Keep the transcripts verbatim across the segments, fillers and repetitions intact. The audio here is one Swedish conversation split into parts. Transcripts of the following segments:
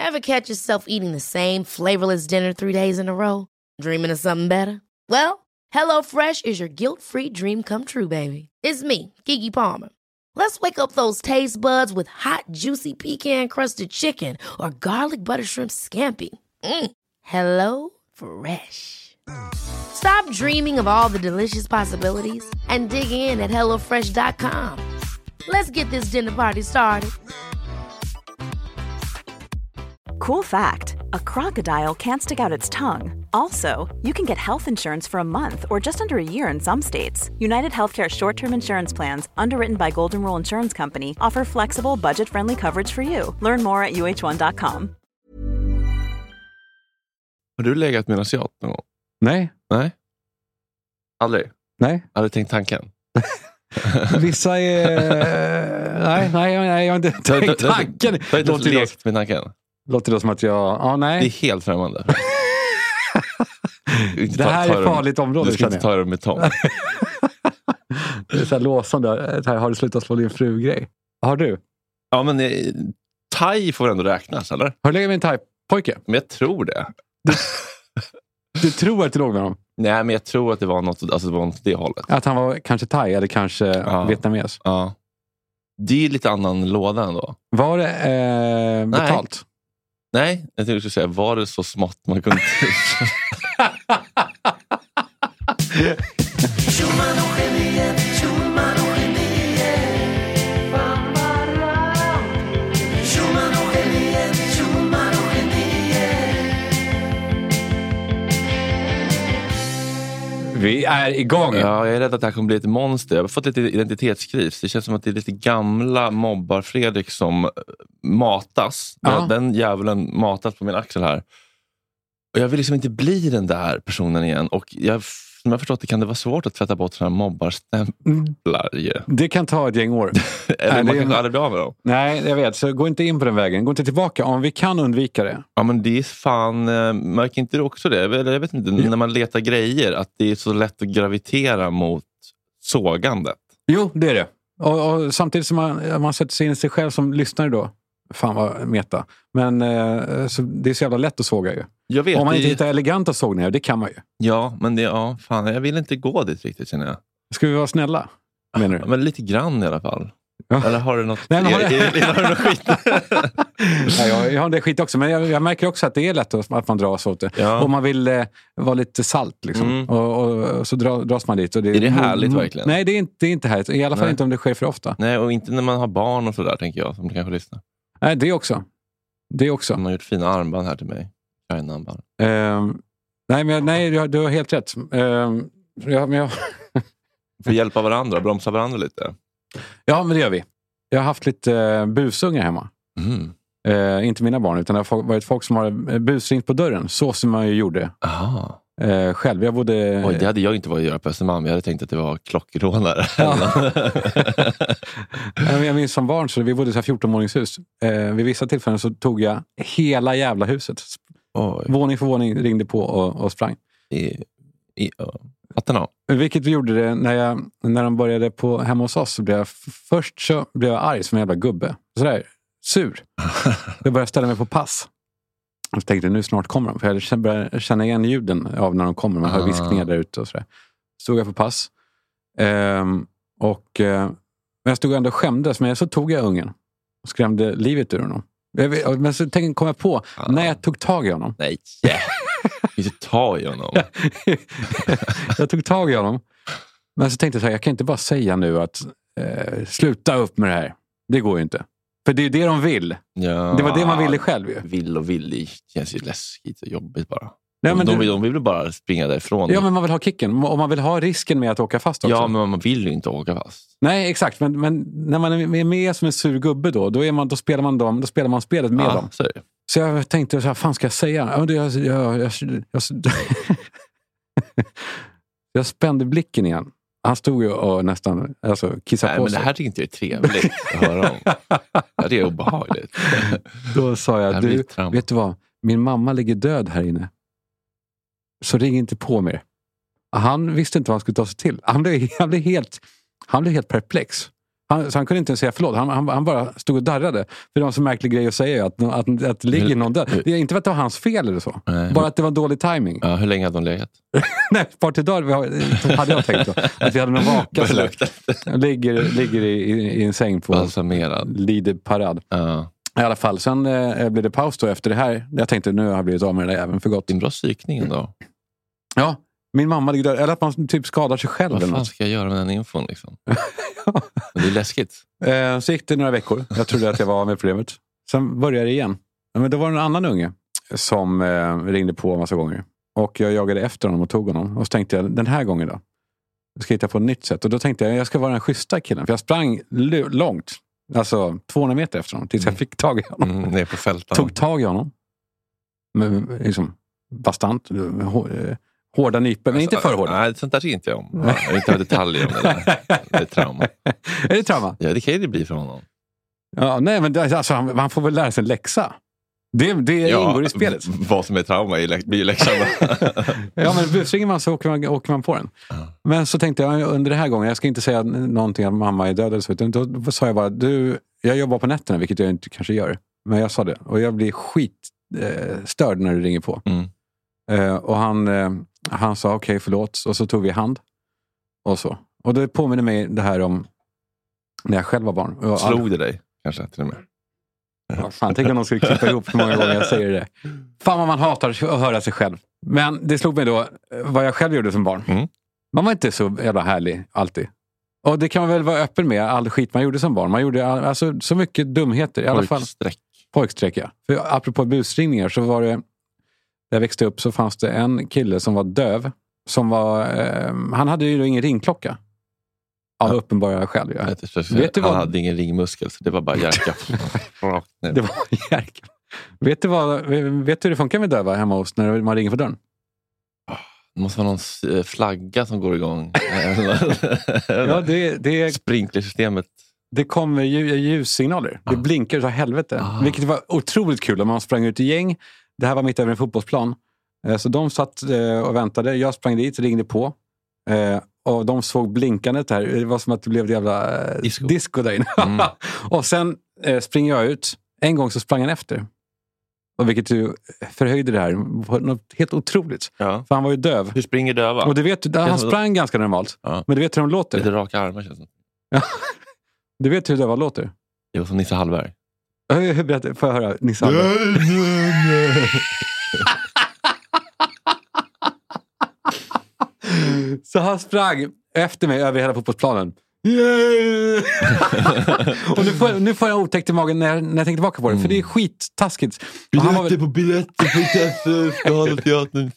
Ever catch yourself eating the same flavorless dinner three days in a row? Dreaming of something better? Well, HelloFresh is your guilt-free dream come true, baby. It's me, Keke Palmer. Let's wake up those taste buds with hot, juicy pecan-crusted chicken or garlic butter shrimp scampi. Mm. Hello Fresh. Stop dreaming of all the delicious possibilities and dig in at hello fresh dot com. Let's get this dinner party started. Cool fact, a crocodile can't stick out its tongue. Also, you can get health insurance for a month or just under a year in some states. United Healthcare short-term insurance plans, underwritten by Golden Rule Insurance Company, offer flexible, budget-friendly coverage for you. Learn more at u h one dot com. Har du legat med en asiat någon gång? Nej. Nej? Aldrig? Nej. Aldrig tänkt tanken? Vissa är... nej, nej, nej, jag har inte tänkt tanken. Du har inte lekt med tanken? Låter det som att jag... Ja, nej. Det är helt främmande. Det här är ett farligt område. Du ska inte ta det med tång. Det är så här låsande. Här, har du slutat slå din fru-grej? Har du? Ja, men eh, thai får ändå räknas, eller? Har du legat med en thai-pojke? Men jag tror det. Du, du tror att du låg med honom? Nej, men jag tror att det var något, alltså det var något det hållet. Att han var kanske thai eller kanske ja. vietnames? Ja. Det är lite annan låda ändå. Var det eh, betalt? Nej. Nej, jag tänkte skulle säga, var det så smått man kunde... Vi är igång. Ja, jag är rädd att det här kommer bli ett monster. Jag har fått lite identitetskris. Det känns som att det är lite gamla mobbar Fredrik som matas. Ja. Den jävlen matas på min axel här. Och jag vill liksom inte bli den där personen igen. Och jag, som jag har förstått det kan det vara svårt att tvätta bort sådana här mobbarstämplar. Yeah. Det kan ta ett gäng år. Eller man kan aldrig bli av med dem. Nej, jag vet. Så gå inte in på den vägen. Gå inte tillbaka om vi kan undvika det. Ja, men det är fan... Märker inte du också det? Eller jag vet inte. Mm. När man letar grejer att det är så lätt att gravitera mot sågandet. Jo, det är det. Och, och samtidigt som man, man sätter sig in i sig själv som lyssnare då. Fan vad meta. Men eh, så det är så jävla lätt att såga ju. Jag vet, om man det... inte hittar eleganta sågningar, det kan man ju. Ja, men det, ja, fan, jag vill inte gå dit riktigt, känner jag. Ska vi vara snälla, menar du? Ja, men lite grann i alla fall. Ja. Eller har du något, Nej, men har, är, är, är, har du något skit? Ja, jag, jag har det skit också, men jag, jag märker också att det är lätt att man dras åt det. Ja. Och man vill eh, vara lite salt liksom. Mm. Och, och, och så dra, dras man dit. Och det, är det härligt mm, verkligen? Nej, det är inte, det är inte härligt. I alla fall Nej. inte om det sker för ofta. Nej, och inte när man har barn och sådär, tänker jag, som du kanske lyssnar. Nej, det också. Det också. Man har gjort fina armband här till mig. Armband. Um, nej, men nej, du, du har helt rätt. Um, ja, men jag... Får hjälpa varandra, bromsa varandra lite. Ja, men det gör vi. Jag har haft lite uh, busungar hemma. Mm. Uh, inte mina barn, utan det har varit folk som har busringt på dörren. Så som man ju gjorde. Aha. Uh, själv, jag bodde... Oj, det hade jag inte varit att göra på Östermalm. Jag hade tänkt att det var klockrånare. Ja. Jag minns som barn, så vi bodde i så här fjorton-våningshus. Uh, vid vissa tillfällen så tog jag hela jävla huset. Oj. Våning för våning ringde på och, och sprang. I, i, uh, Fattarna. Vilket vi gjorde det när, jag, när de började på hemma hos oss. Så blev jag, först så blev jag arg som en jävla gubbe. Sådär, sur. Jag började ställa mig på pass. Och så tänkte jag, nu snart kommer de. För jag började känna igen ljuden av när de kommer. Man hör viskningar där ute och sådär. Stod jag på pass. Ehm, och eh, men jag stod ändå och skämdes. Men så tog jag ungen. Och skrämde livet ur honom. Jag, men så tänkte, kom jag på, ah. när jag tog tag i honom. Nej, yeah. Inte ta i honom. Jag tog tag i honom. Men så tänkte jag så här, jag kan inte bara säga nu att eh, sluta upp med det här. Det går ju inte. För det är det de vill. Ja, det var det man ville själv ju. Vill och vill, det känns ju läskigt och jobbigt bara. Nej, men de, du... de vill ju bara springa därifrån. Ja, men man vill ha kicken. Och man vill ha risken med att åka fast också. Ja, men man vill ju inte åka fast. Nej, exakt. Men, men när man är med som en sur gubbe då, då, är man, då, spelar man dem, då spelar man spelet med ja, dem. Så, så jag tänkte, så här, fan ska jag säga? Ja, det, jag, jag, jag, jag, jag spände blicken igen. Han stod ju och nästan alltså, kissade Nej, på men sig. Det här tycker inte jag är trevligt att höra om. Det är obehagligt. Då sa jag, du, vet du vad? Min mamma ligger död här inne. Så ring inte på mig. Han visste inte vad han skulle ta sig till. Han blev, han blev, helt, han blev helt perplex. Han, så han kunde inte säga förlåt. Han, han, han bara stod och darrade. För det var en så märklig grej att säga. Att, att, att, att det ligger någon där. Det är inte för att det var hans fel eller så. Nej. Bara att det var dålig timing. Ja, hur länge hade de legat? Nej, ett par till dagar hade jag tänkt då. Att vi hade någon vaka. ligger ligger i, i, i en säng på Lider parad. Ja. I alla fall. Sen eh, blev det paus då efter det här. Jag tänkte nu har jag blivit av med det där även för gott. Det är en bra psykning ändå. Ja. Min mamma ligger där. Eller att man typ skadar sig själv. Vad fan ska jag göra med den infon liksom? Ja. Men det är läskigt. Eh, så gick det några veckor. Jag trodde att jag var med problemet. Sen började det igen. Men då var det en annan unge som eh, ringde på en massa gånger. Och jag jagade efter honom och tog honom. Och så tänkte jag, den här gången då ska jag hitta på ett nytt sätt. Och då tänkte jag, jag ska vara den schyssta killen. För jag sprang l- långt. Alltså tvåhundra meter efter honom. Tills jag fick tag i honom. Mm, ner på fälten. Tog tag i honom. Men liksom bastant. Hårda nyper, men inte för hårda. Nej, sånt där tycker inte jag om. Jag vill inte ha detaljer om det där. Det är trauma. Är det trauma? Ja, det kan ju det bli för honom. Ja, nej, men det, alltså, han, han får väl lära sig en läxa. Det, det ja, ingår i spelet. Vad som är trauma blir ju läxan. Ja, men busringer man så åker man, åker man på den. Uh. Men så tänkte jag under det här gången, jag ska inte säga någonting att mamma är död eller så, utan då sa jag bara, du, jag jobbar på nätterna, vilket jag inte kanske gör. Men jag sa det, och jag blir skitstörd eh, när du ringer på. Mm. Uh, och han, uh, han sa okej, okay, förlåt. Och så tog vi hand. Och så. Och det påminner mig det här om när jag själv var barn. Och slog all... det dig? Kanske till och med. Ja, fan, tänk om någon skulle klippa ihop hur många gånger jag säger det. Fan vad man hatar att höra sig själv. Men det slog mig då vad jag själv gjorde som barn. Mm. Man var inte så jävla härlig alltid. Och det kan man väl vara öppen med, all skit man gjorde som barn. Man gjorde alltså så mycket dumheter. I alla fall. Pojksträck. Pojksträck, ja. För apropå busringningar så var det, när jag växte upp så fanns det en kille som var döv. Som var, eh, han hade ju ingen ringklocka. Av ja. uppenbara skäl. Ja. Vet du vad? Han hade ingen ringmuskel, så det var bara järka. Det var järka. Vet du, vad, vet du hur det funkar med döva hemma hos när man ringer på dörren? Det måste vara någon flagga som går igång. Ja, det, det sprinklersystemet. Det kommer ljussignaler. Det blinkar så helvete. Ah. Vilket var otroligt kul om man sprang ut i gäng. Det här var mitt över en fotbollsplan. Så de satt och väntade. Jag sprang dit, ringde på. Och de såg blinkandet här. Det var som att det blev ett jävla disco, disco där inne. Mm. Och sen springer jag ut. En gång så sprang han efter. Och vilket ju förhöjde det här. Något helt otroligt. Ja. För han var ju döv. Hur springer döva? Och du vet, han sprang ganska normalt. Ja. Men du vet hur de låter. Lite raka armar känns det. Ja. Du vet hur döva låter. Jo, som Nisse Hallberg. Berätta, får jag höra Nisse Hallberg? Så han sprang efter mig över hela fotbollsplanen. Yeah! Och nu får, nu får jag otäckt i magen när, när jag tänker tillbaka på det. Mm. För det är skittaskigt. Biljetter väl... på biljetter på Skalateatern.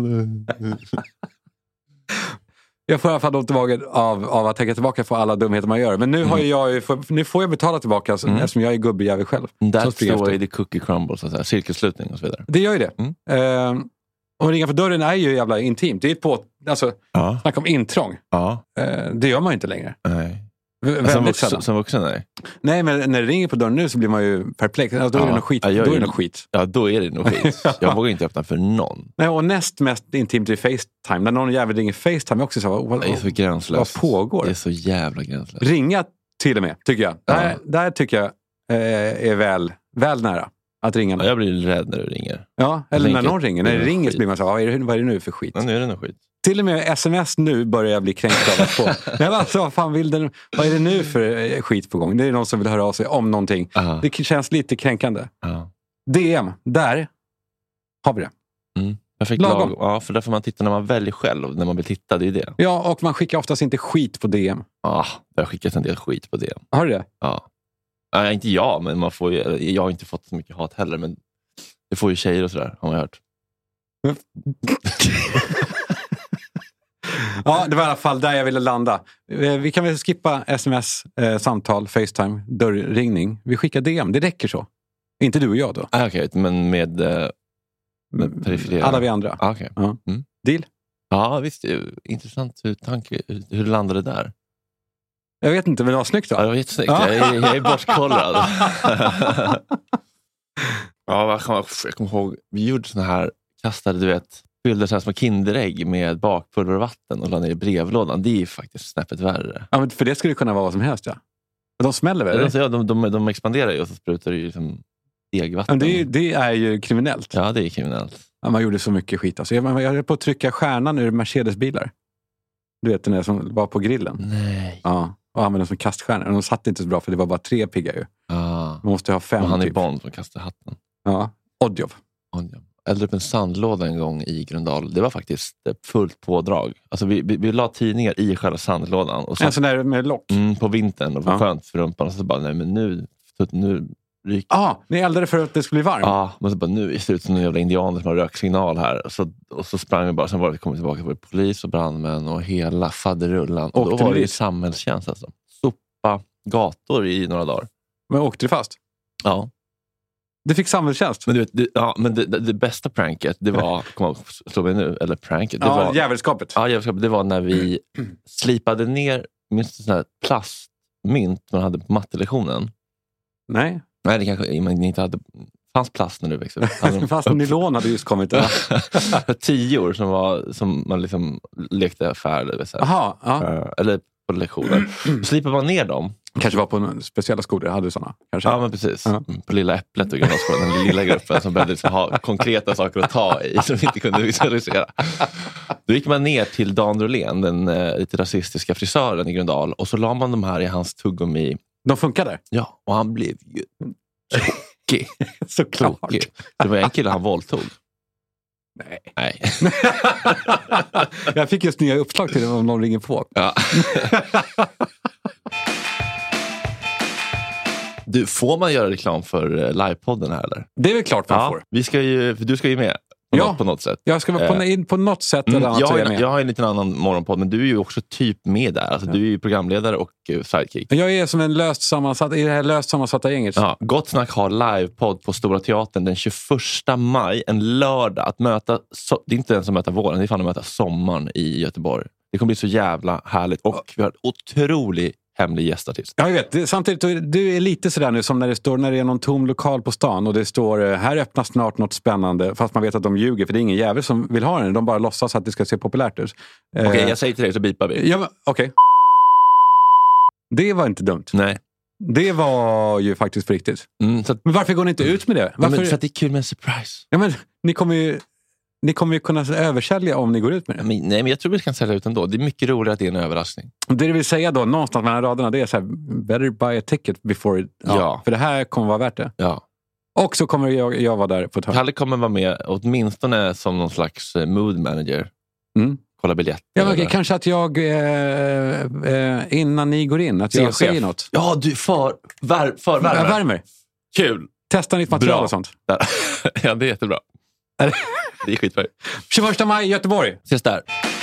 Jag får i alla fall ont i magen av, av att tänka tillbaka på alla dumheter man gör. Men nu, har jag ju, nu får jag betala tillbaka alltså, mm. eftersom jag är gubbjävel själv. That's the way the cookie crumbles. Så att säga. Cirkelslutning och så vidare. Det gör ju det. Mm. Uh, och ringa på dörren är ju jävla intimt. Det är på, alltså, ja. Snacka om intrång. Ja. Uh, det gör man ju inte längre. Nej. V- som, vuxen, som vuxen, nej. Nej, men när det ringer på dörren nu så blir man ju perplex. Alltså, då ja. är det något skit. Ja, då är det något skit. Ja, då är det något skit. Jag vågar inte öppna för någon. Nej, och näst mest intimt är FaceTime. När någon jävel ringer FaceTime är också så. Vad, det är så gränslöst. Vad pågår? Det är så jävla gränslöst. Ringa till och med, tycker jag. Ja. Där, där tycker jag eh, är väl, väl nära att ringa. Ja, jag blir rädd när du ringer. Ja, eller när någon ringer. När det ringer så blir man så, vad är det, vad är det nu för skit? Ja, nu är det något skit. Till och med sms nu börjar jag bli kränkt av att få. Men alltså, vad fan vill den, vad är det nu för skit på gång? Det är någon som vill höra av sig om någonting. Uh-huh. Det känns lite kränkande. Uh-huh. D M, där har vi det. Mm. Jag fick lag, ja, för därför man tittar när man väljer själv, när man vill titta, det är det. Ja, och man skickar oftast inte skit på D M. Ja, jag skickar en del skit på D M. Har du det? Ja. Ja, inte jag, men man får ju, jag har inte fått så mycket hat heller, men det får ju tjejer och sådär, har man hört. Ja, det var i alla fall där jag ville landa. Vi kan väl skippa sms, eh, samtal, FaceTime, dörrringning. Vi skickar D M, det räcker så. Inte du och jag då. Ah, okej, okay. Men med, med perifera. Alla vi andra. Ah, okay. Ja. Mm. Deal? Ja, visst. Intressant hur, tanke, hur det landade där. Jag vet inte, men det var snyggt då. Ja, det var jättesnyggt. Ja. Jag, är, jag är bortkollad. Ja, jag kommer, jag kommer ihåg, vi gjorde såna här, kastade, du vet, fyllde så här små kinderägg med bakpulver och vatten och la ner i brevlådan. Det är ju faktiskt snäppet värre. Ja, men för det skulle kunna vara vad som helst, ja. De smäller väl? Ja, de, de, de expanderar ju och så sprutar det ju liksom degvatten. Det är, det är ju kriminellt. Ja, det är kriminellt. Ja, man gjorde så mycket skit. Alltså, jag, jag höll på att trycka stjärnan ur Mercedes-bilar. Du vet den där som var på grillen. Nej. Ja, och använde den som kaststjärnor. De satt inte så bra för det var bara tre pigga ju. Ah. Man måste ha fem. Och han är typ. Bond som kastar hatten. Ja, Oddjob. Oddjob. Eldade upp en sandlåda en gång i Gröndal. Det var faktiskt fullt pådrag. Alltså vi, vi, vi la tidningar i själva sandlådan. Och en sån där med lock? Mm, på vintern. Och det var ja. skönt för rumpan. Och så bara, nej men nu... nu ryker. Ja, ah, ni eldade för att det skulle bli varmt? Ja, men så bara, nu ser det ut som en jävla indianer som har röksignal här. Och så, och så sprang vi bara, sen var vi kommit tillbaka. Det var polis och brandmän och hela faderullan. Och då var det ju samhällstjänst alltså. Sopa gator i några dagar. Men åkte du fast? Ja. Du fick samhällstjänst? Men du vet, det, ja, men det, det, det bästa pranket, det var, kom ihåg, slå mig nu, eller pranket. Det ja, var, jävelskapet. Ja, jävelskapet. Det var när vi slipade ner, minst sån här plastmynt man hade på mattelektionen. Nej. Nej, det kanske man inte hade. Fanns plast när du växte upp. Fast nylon hade just kommit. Tior som, var, som man liksom lekte affär. Aha, ja. Eller på lektioner. Slipar man ner dem. Kanske var på speciella skolor, hade du sådana? Kanske? Ja, men precis. Ja. På Lilla Äpplet och Gröndagsskolan, den lilla gruppen som behövde liksom ha konkreta saker att ta i som inte kunde visualisera. Då gick man ner till Dan Rolén, den eh, lite rasistiska frisören i Gröndal, och så la man de här i hans tuggummi. De funkade? Ja, och han blev ju tokig. Såklart. Tokig. Det var en kille han våldtog. Nej. Nej. Jag fick just nya uppslag till det om någon ringer på. Ja. Du, får man göra reklam för livepodden här eller? Det är väl klart man ja, får. Vi ska ju, för du ska ju med på, ja. något, på något sätt. Jag ska vara på, in på något sätt eller mm, annat. Jag har, jag, jag har en liten annan morgonpodd, men du är ju också typ med där. Alltså, ja. Du är ju programledare och uh, sidekick. Jag är som en löst sammansatt, i det här löst sammansatta gänget. Ja, Gott Snack har livepodd på Stora Teatern den tjugoförsta maj, en lördag. Att möta, so- det är inte ens att möta våren, det är fan att möta sommaren i Göteborg. Det kommer bli så jävla härligt och vi har en otrolig hemlig gästartist. Ja, jag vet. Det, samtidigt, du är lite sådär nu som när det står när det är någon tom lokal på stan och det står här öppnas snart något spännande, fast man vet att de ljuger för det är ingen jävel som vill ha den. De bara låtsas att det ska se populärt ut. Okej, okay, eh, jag säger till dig så bipar vi. Ja, okej. Okay. Det var inte dumt. Nej. Det var ju faktiskt på riktigt. Mm, så att, men varför går ni inte ut med det? Varför? Ja, men för att det är kul med en surprise. Ja, men ni kommer ju... Ni kommer ju kunna översälja om ni går ut med det. Men, nej, men jag tror vi kan sälja ut ändå. Det är mycket roligare att det är en överraskning. Det vill säga då, någonstans mellan raderna, det är så här, better buy a ticket before it... Ja, ja. För det här kommer vara värt det. Ja. Och så kommer jag, jag vara där på ett hörn. Kalle kommer vara med, åtminstone som någon slags mood manager. Mm. Kolla biljetter. Ja, okay, kanske att jag, eh, eh, innan ni går in, att jag säger chef. något. Ja, du för, vär, för värmer. Jag värmer. Kul. Testa nytt material. Bra. Och sånt. Ja, det är jättebra. Det är skitbra. tjugoförsta maj i Göteborg. Ses där.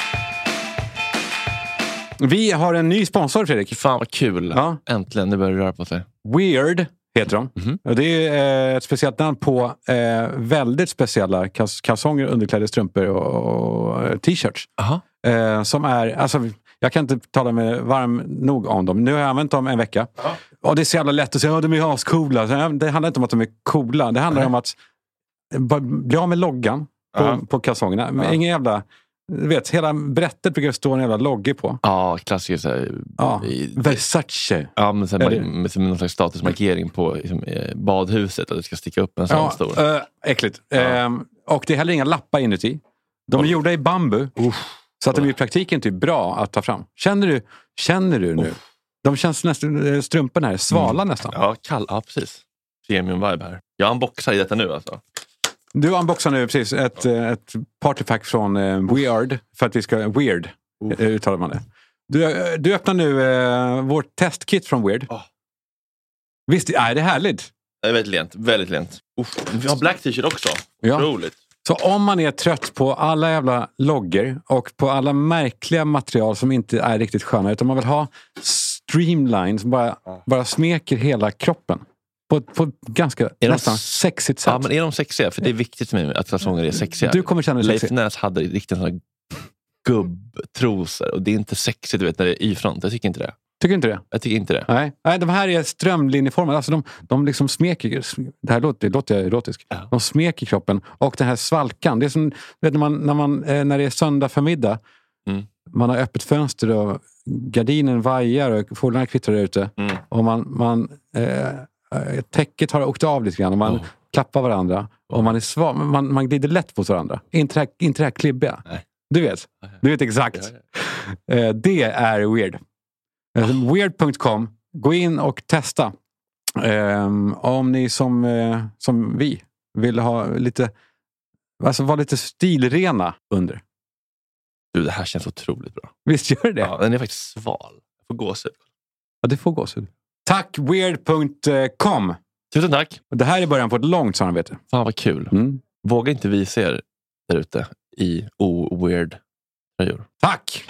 Vi har en ny sponsor, Fredrik. Fan vad kul. Ja. Äntligen, det börjar röra på sig. Weird heter de. Mm-hmm. Och det är eh, ett speciellt namn på eh, väldigt speciella kas- kalsonger, underkläder, strumpor och, och t-shirts. Eh, som är, alltså, jag kan inte tala med varm nog om dem. Nu har jag använt dem en vecka. Aha. Och det är så jävla lätt att säga att de är ascoola. Det handlar inte om att de är coola. Det handlar Nej. om att bli av med loggan på, på kalsongerna. Men ingen jävla... Du vet, hela brättet brukar stå en jävla logge på. Ja, klassiskt. Ja, Versace. Ja, men sen med, med, med någon slags statusmarkering på liksom, badhuset. Att det ska sticka upp en sån ja, stor. Äh, äckligt. Ja. Ehm, och det är heller inga lappar inuti. De är oh. gjorda i bambu. Oh. Så att de är i praktiken typ bra att ta fram. Känner du, känner du nu? Oh. De känns nästan, strumpen här, svala mm. nästan. Ja, kall, ja, precis. Premium vibe här. Jag unboxar i detta nu alltså. Du unboxar nu precis ett, ett partypack från uh, Weird. För att vi ska... Weird, uh. uttalar man det. Du, du öppnar nu uh, vårt testkit från Weird. Oh. Visst, är det härligt? Det är väldigt lent, väldigt lent. Uff. Vi har black t-shirt också. Ja. Otroligt. Så om man är trött på alla jävla loggor och på alla märkliga material som inte är riktigt sköna, utan man vill ha streamline som bara, bara smeker hela kroppen. På, på ett ganska är nästan de, sexigt sätt. Ja, men är de sexiga? För det är viktigt för mig att kalsonger är sexiga. Du kommer känna dig Leif sexig. Näs hade riktigt sådana gubbtrosor. Och det är inte sexigt, du vet, när det är y-front. Jag tycker inte det. Tycker inte det? Jag tycker inte det. Nej, Nej de här är strömlinjeformade. Alltså de, de liksom smeker... Det här låter, det låter erotiskt. Ja. De smeker kroppen. Och den här svalkan. Det är som vet, när, man, när, man, när det är söndag förmiddag. Mm. Man har öppet fönster och gardinen vajar och fåglarna kvittrar ute. Mm. Och man, man eh, täcket har åkt av lite grann och man oh. klappar varandra. Oh. Och man är svag, man, man glider lätt på varandra. Inte det här, inte det här klibbiga. Nej. Du vet. Du vet exakt. Ja, ja. Eh, det är weird. Oh. weird punkt com. Gå in och testa. Eh, om ni som, eh, som vi vill ha lite, alltså vara lite stilrena under. Du, det här känns otroligt bra. Visst gör det? Ja, den är faktiskt sval. Jag får gåshud. Ja, det får gåshud. Tack weird punkt com. Tusen tack. Det här är början på ett långt samarbete. Fan vad kul. Mm. Våga inte visa er där ute i o-weird tröjor. Tack!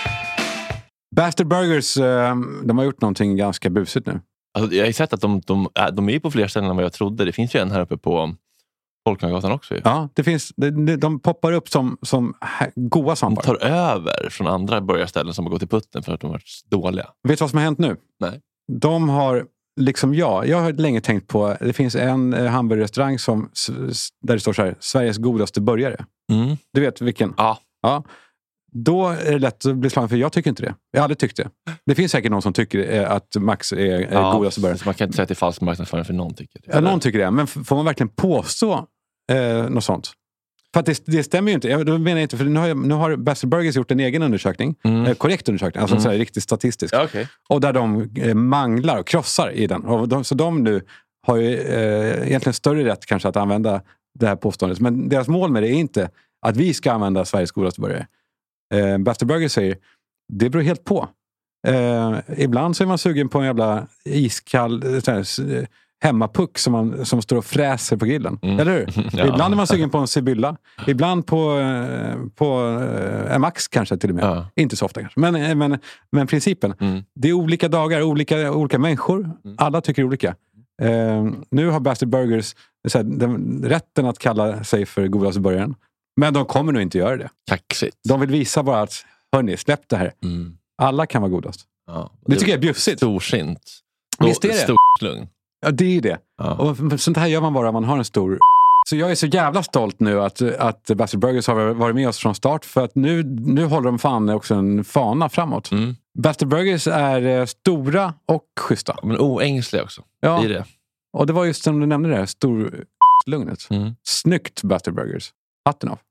Bastard Burgers, de har gjort någonting ganska busigt nu. Alltså, jag har sett att de, de, de är på fler ställen än vad jag trodde. Det finns ju en här uppe på Folkungagatan också. Ju. Ja, det finns, de, de poppar upp som, som goda svampar. De tar över från andra burgarställen som har gått i putten för att de har varit dåliga. Vet du vad som har hänt nu? Nej. De har, liksom jag, jag har länge tänkt på, det finns en hamburgerrestaurang som, där det står så här, Sveriges godaste burgare. Mm. Du vet vilken? Ja. Ja. Då är det lätt att bli slagen, för jag tycker inte det. Jag har aldrig tyckt det. Det finns säkert någon som tycker att Max är ja, godaste burgare. Man kan inte säga att det är falsk marknadsföring för någon tycker det. Ja, någon tycker det. Men får man verkligen påstå eh, något sånt? För att det, det stämmer ju inte. Jag, då menar jag inte, för nu har, nu har Bastard Burgers gjort en egen undersökning. Mm. Eh, korrekt undersökning. Alltså mm. så här, riktigt statistisk. Ja, okay. Och där de eh, manglar och krossar i den. Och de, så de nu har ju eh, egentligen större rätt kanske att använda det här påståendet. Men deras mål med det är inte att vi ska använda Sveriges godaste burgare. Eh, Bastard Burgers säger, det beror helt på. Eh, ibland så är man sugen på en jävla iskall såhär, hemmapuck som, man, som står och fräser på grillen. Mm. Eller hur? Ja. Ibland är man sugen på en Sibylla. Ibland på, eh, på eh, en Max kanske till och med. Ja. Inte så ofta kanske. Men, men, men principen. Mm. Det är olika dagar, olika, olika människor. Mm. Alla tycker olika. Eh, nu har Bastard Burgers såhär, den, rätten att kalla sig för godaste burgaren. Men de kommer nog inte göra det. Kaxigt. De vill visa bara att, hörni, släpp det här. Mm. Alla kan vara godast. Ja, det, det tycker jag är bjussigt. Storsint. Visst är det? Storslung. Ja, det är det. Ja. Och sånt här gör man bara om man har en stor... Så jag är så jävla stolt nu att, att Bastard Burgers har varit med oss från start. För att nu, nu håller de fan också en fana framåt. Mm. Bastard Burgers är stora och schyssta. Men oängsliga också. Ja. Det är det. Och det var just som du nämnde det här, stor lugnet. Mm. Snyggt Bastard Burgers. Hatten av.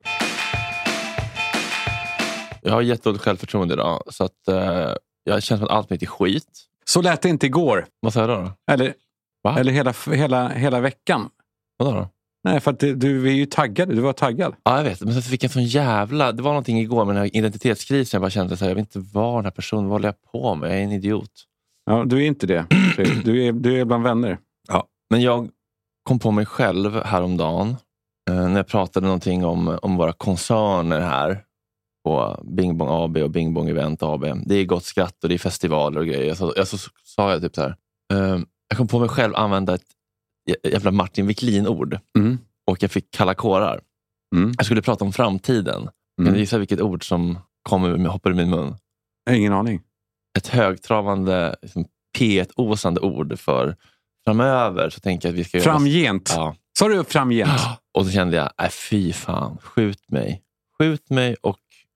Jag har jättedåligt självförtroende idag. Så att eh, jag känner som att allt mitt är skit. Så lät det inte igår. Vad sa jag då? då? Eller, eller hela, hela, hela veckan. Vad då? Nej, för att du, du är ju taggad. Du var taggad. Ja, jag vet. Men så fick jag en sån jävla... Det var någonting igår med den här identitetskrisen. Jag bara kände så här, jag vet inte vad den här personen, vad håller jag på med? Jag är en idiot. Ja, du är inte det. Du är, du är bland vänner. Ja, men jag kom på mig själv häromdagen. Eh, när jag pratade någonting om, om våra koncerner här. På Bing Bong A B och Bing Bong Event A B. Det är gott skratt och det är festivaler och grejer. Så, jag så, så sa jag typ så här. Eh, jag kom på mig själv använda ett jävla Martin Wiklin-ord. Mm. Och jag fick kalla kårar. Mm. Jag skulle prata om framtiden. Mm. Men gissa vilket ord som kommer, hoppar i min mun. Ingen aning. Ett högtravande, liksom, P ett-åsande ord för framöver. Så tänker jag att vi ska framgent. Göra... Ja. Sa du framgent? Och så kände jag, nej fy fan, skjut mig. Skjut mig och...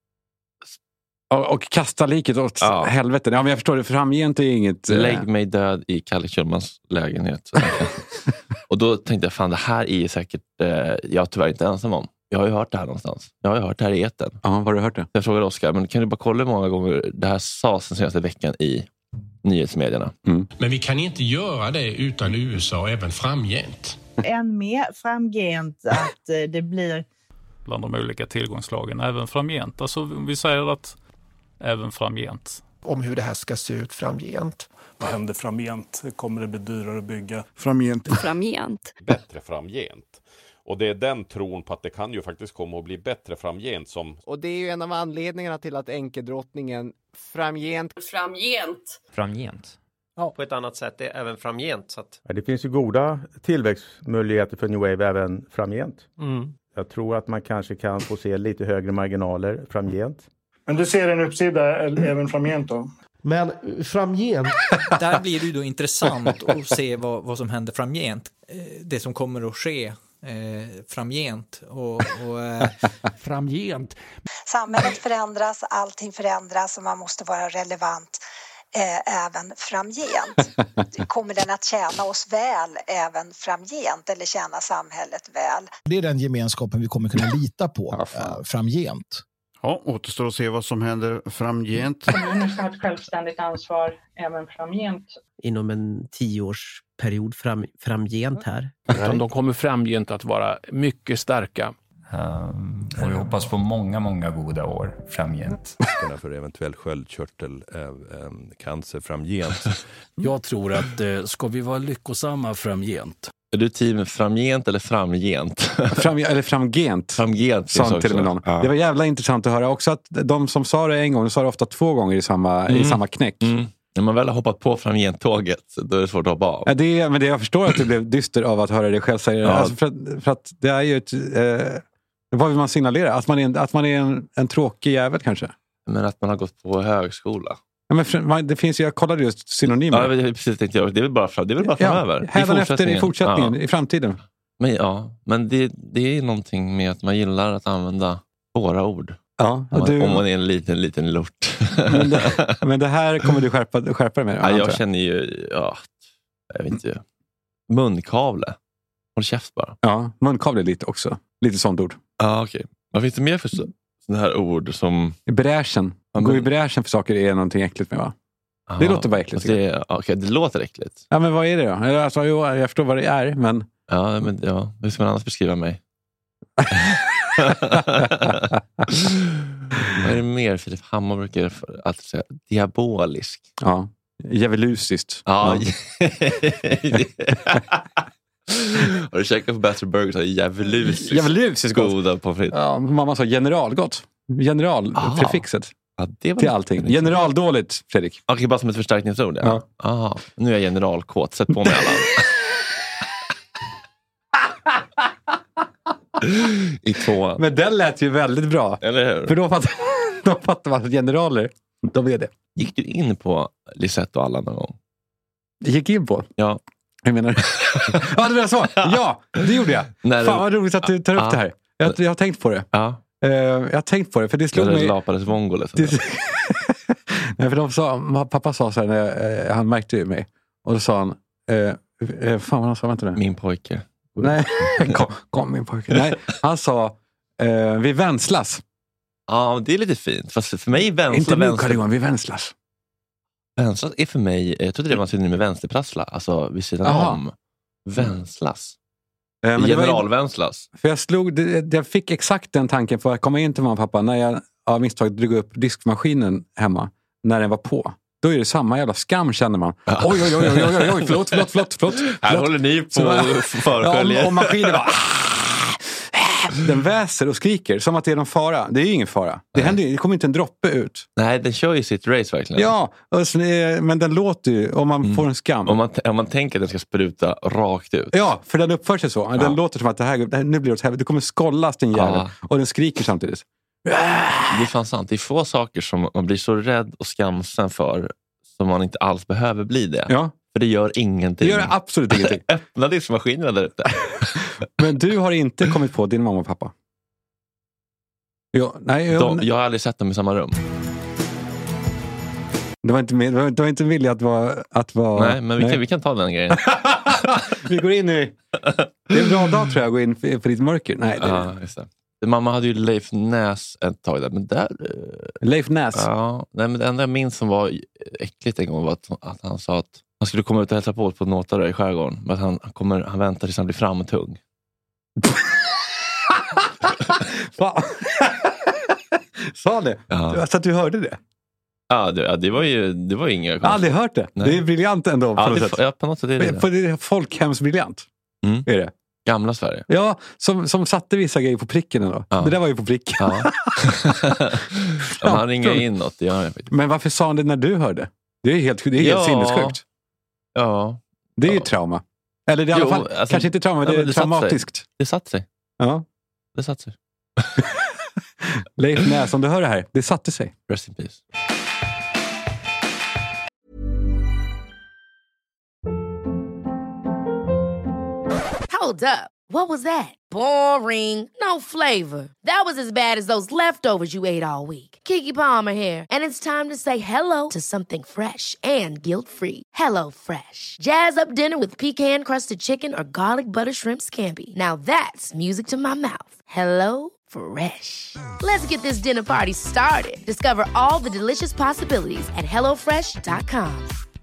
Och, och kasta liket åt ja. helvete. Ja, men jag förstår det, framgent är inget... Lägg mig död i Kalle Kjellmans lägenhet. Och då tänkte jag, fan det här är säkert eh, jag tyvärr inte ensam om. Jag har ju hört det här någonstans. Jag har ju hört det här i etern. Ja, var har du hört det? Jag frågade Oskar, men kan du bara kolla hur många gånger det här sades den senaste veckan i nyhetsmedierna? Mm. Men vi kan inte göra det utan U S A även framgent. Än mer framgent att eh, det blir... Bland de olika tillgångslagen, även framgent. Alltså vi säger att även framgent. Om hur det här ska se ut framgent. Vad händer framgent? Kommer det bli dyrare att bygga? Framgent. Framgent. Bättre framgent. Och det är den tron på att det kan ju faktiskt komma att bli bättre framgent som... Och det är ju en av anledningarna till att enkedrottningen framgent... Framgent. Framgent. Ja. På ett annat sätt är även framgent. Så att... ja, det finns ju goda tillväxtmöjligheter för New Wave även framgent. Mm. Jag tror att man kanske kan få se lite högre marginaler framgent. Men du ser en uppsida även framgent då? Men framgent... Där blir det ju då intressant att se vad, vad som händer framgent. Det som kommer att ske eh, framgent. Och, och, eh... framgent. Samhället förändras, allting förändras och man måste vara relevant eh, även framgent. Kommer den att tjäna oss väl även framgent eller tjäna samhället väl? Det är den gemenskapen vi kommer kunna lita på eh, framgent. Ja, återstår att se vad som händer framgent. Kommuner ska ha ett självständigt ansvar även framgent. Inom en tioårsperiod fram, framgent här. Utan de kommer framgent att vara mycket starka. Um, och vi hoppas på många, många goda år framgent. För eventuell sköldkörtelcancer framgent. Jag tror att eh, ska vi vara lyckosamma framgent. Är du team framgent eller framgent? Fram, eller framgent. Framgent. Sa till och med någon. Ja. Det var jävla intressant att höra också att de som sa det en gång, de sa det ofta två gånger i samma, mm. i samma knäck. Mm. När man väl har hoppat på framgent-tåget, då är det svårt att hoppa av. Ja, det är, men det jag förstår att det blev dyster av att höra det själv säga. Ja. Alltså för, att, för att det är ju ett... Eh, vad vill man signalera? Att man är, en, att man är en, en tråkig jävel kanske? Men att man har gått på högskola. Ja, men för, det finns ju, jag kollade just synonymer. Ja, precis, tänkte jag. Det är väl bara, fram, det är väl bara framöver. Ja, även efter i fortsättningen, ja. I framtiden. Men, ja, men det, det är någonting med att man gillar att använda våra ord. Ja, om, man, du... om man är en liten, liten lort. Men det, men det här kommer du skärpa, skärpa dig med? Ja, jag känner ju, ja, jag vet inte, munkavle. Håll käft bara. Ja, munkavle lite också. Lite sånt ord. Ja, okej. Okay. Vad finns det mer för sådana här ord som... I bräschen. Ja, men... Gå i bräschen för saker är någonting äckligt med, va? Aha, det låter bara äckligt. Det, okej, okay, det låter äckligt. Ja, men vad är det då? Alltså, jo, jag förstår vad det är, men... Ja, men ja, hur ska man annars beskriva mig? Vad är det mer Filip Hammar brukar alltid säga? Diabolisk. Ja, djävulusiskt. Ja. Har du käkat på Bachelor Burger så är det djävulusiskt. Djävulusiskt goda på fritt. Ja, mamma sa generalgott. Generalprefixet. Ja, det var till allting. Generaldåligt, Fredrik. Okej, okay, bara som ett förstärkningsord. Ja. Ja. Aha. Nu är jag generalkåt. Sätt på mig alla. I två. Men den lät ju väldigt bra. Eller hur? För då fattar, då fattar man att generaler, de är det. Gick du in på Lisette och alla någon gång? Gick in på? Ja. Jag menar... ja, det var så. Ja, det gjorde jag. När Fan, vad roligt att du tar upp ja. det här. Jag, jag har tänkt på det. Ja. Uh, jag har tänkt på det, för det slog det mig... lapades vongolet. Det... Nej, för de sa, pappa sa så här, när uh, han märkte ju mig. Och då sa han, uh, uh, fan vad han sa, vänta nu. Min pojke. Nej, kom, kom min pojke. Nej, han sa, uh, vi vänslas. Ja, det är lite fint. Fast för mig vänslas... Inte nu, Carl-Johan, vi vänslas. Vänslas är för mig, jag trodde det var synonym med vänsterprassla. Alltså vid sidan Aha. om. Vänslas. Mm. Uh, Generalvänslas. För jag slog, det, jag fick exakt den tanken för att komma in till mamma och pappa när jag av misstag drog upp diskmaskinen hemma. När den var på. Då är det samma jävla skam, känner man. Oj, oj, oj, oj, oj, oj, förlåt, förlåt, förlåt, förlåt. Här håller ni på förskölje. Ja, och maskinen bara... Den väser och skriker som att det är någon fara. Det är ju ingen fara. Det, händer, det kommer inte en droppe ut. Nej, den kör ju sitt race verkligen. Ja, så, men den låter ju om man mm. får en skam. Om man, om man tänker att den ska spruta rakt ut. Ja, för den uppför sig så. Den ja. låter som att det här, det här nu blir det åt helvete. Det kommer skållas din jävel. Ja. Och den skriker samtidigt. Det är fan sant. Det är få saker som man blir så rädd och skamsen för som man inte alls behöver bli det. Ja. För det gör ingenting. Det gör absolut ingenting. Öppna diskmaskinen där ute. Men du har inte kommit på din mamma och pappa? Jo, nej, jag, De, jag har aldrig sett dem i samma rum. Det var inte, det var, det var inte vilja att vara... Att vara nej, men vi, nej. Kan, vi kan ta den grejen. Vi går in i... Det är en bra dag tror jag att gå in för, för ditt mörker. Nej, det, ja, just det. Mamma hade ju Leif Näs ett tag där, men där... Leif Näs? Ja, nej, men det enda jag minns som var äckligt en gång var att, att han sa att han skulle komma ut och hälsa på på Nåta där i skärgården. Men att han, kommer, han väntar tills han blir framtung. Sa det? Ja. Så att du hörde det? Ja, det, ja, det var ju det var ju inga konstigt. Jag har aldrig hört det. Nej. Det är briljant ändå på ja, något det, sätt. Ja, på något sätt är det. För det är folkhemsbriljant. Mm. Är det? Gamla Sverige. Ja, som, som satte vissa grejer på pricken ändå. Ja. Det där var ju på pricken. Ja. Ja, han ringer in något, det gör jag. Men varför sa han det när du hörde? Det är helt, det är helt ja. sinnessjukt. Ja. Det är ja. ju trauma. Eller det är i alla fall, alltså, kanske inte trauma, ja, det är det traumatiskt. Satt det satt sig. Ja. Det satt sig. Leif Näs, om du hör det här, det satte sig. Rest in peace. Hold up. What was that? Boring. No flavor. That was as bad as those leftovers you ate all week. Keke Palmer here. And it's time to say hello to something fresh and guilt-free. Hello Fresh. Jazz up dinner with pecan-crusted chicken or garlic butter shrimp scampi. Now that's music to my mouth. Hello Fresh. Let's get this dinner party started. Discover all the delicious possibilities at hello fresh dot com.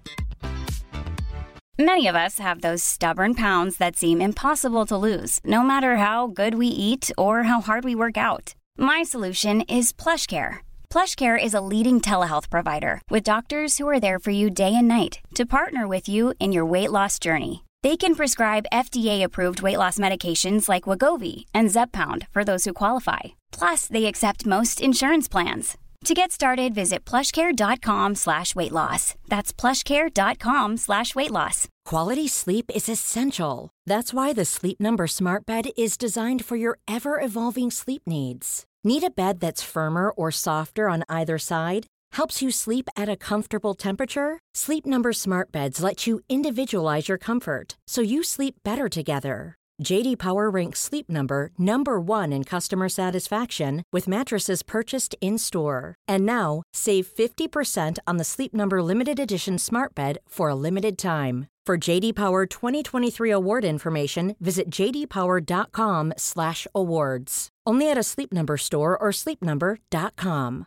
Many of us have those stubborn pounds that seem impossible to lose, no matter how good we eat or how hard we work out. My solution is PlushCare. PlushCare is a leading telehealth provider with doctors who are there for you day and night to partner with you in your weight loss journey. They can prescribe F D A-approved weight loss medications like Wegovy and Zepbound for those who qualify. Plus, they accept most insurance plans. To get started, visit plushcare.com slash weight loss. That's plushcare.com slash weight loss. Quality sleep is essential. That's why the Sleep Number Smart Bed is designed for your ever-evolving sleep needs. Need a bed that's firmer or softer on either side? Helps you sleep at a comfortable temperature? Sleep Number Smart Beds let you individualize your comfort, so you sleep better together. J D Power ranks Sleep Number number one in customer satisfaction with mattresses purchased in-store. And now, save fifty percent on the Sleep Number Limited Edition Smart Bed for a limited time. For J D Power twenty twenty-three award information, visit jdpower.com slash awards. Only at a Sleep Number store or sleep number dot com.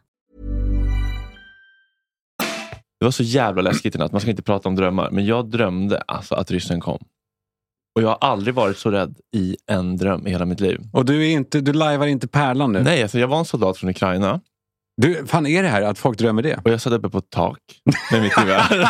Det var så jävla läskigt i natt. Man ska inte prata om drömmar. Men jag drömde alltså att ryssen kom. Och jag har aldrig varit så rädd i en dröm i hela mitt liv. Och du är inte, du livear inte Pärlan nu? Nej, alltså jag var en soldat från Ukraina. Du, fan är det här att folk drömmer det? Och jag satt uppe på ett tak med mitt gevär.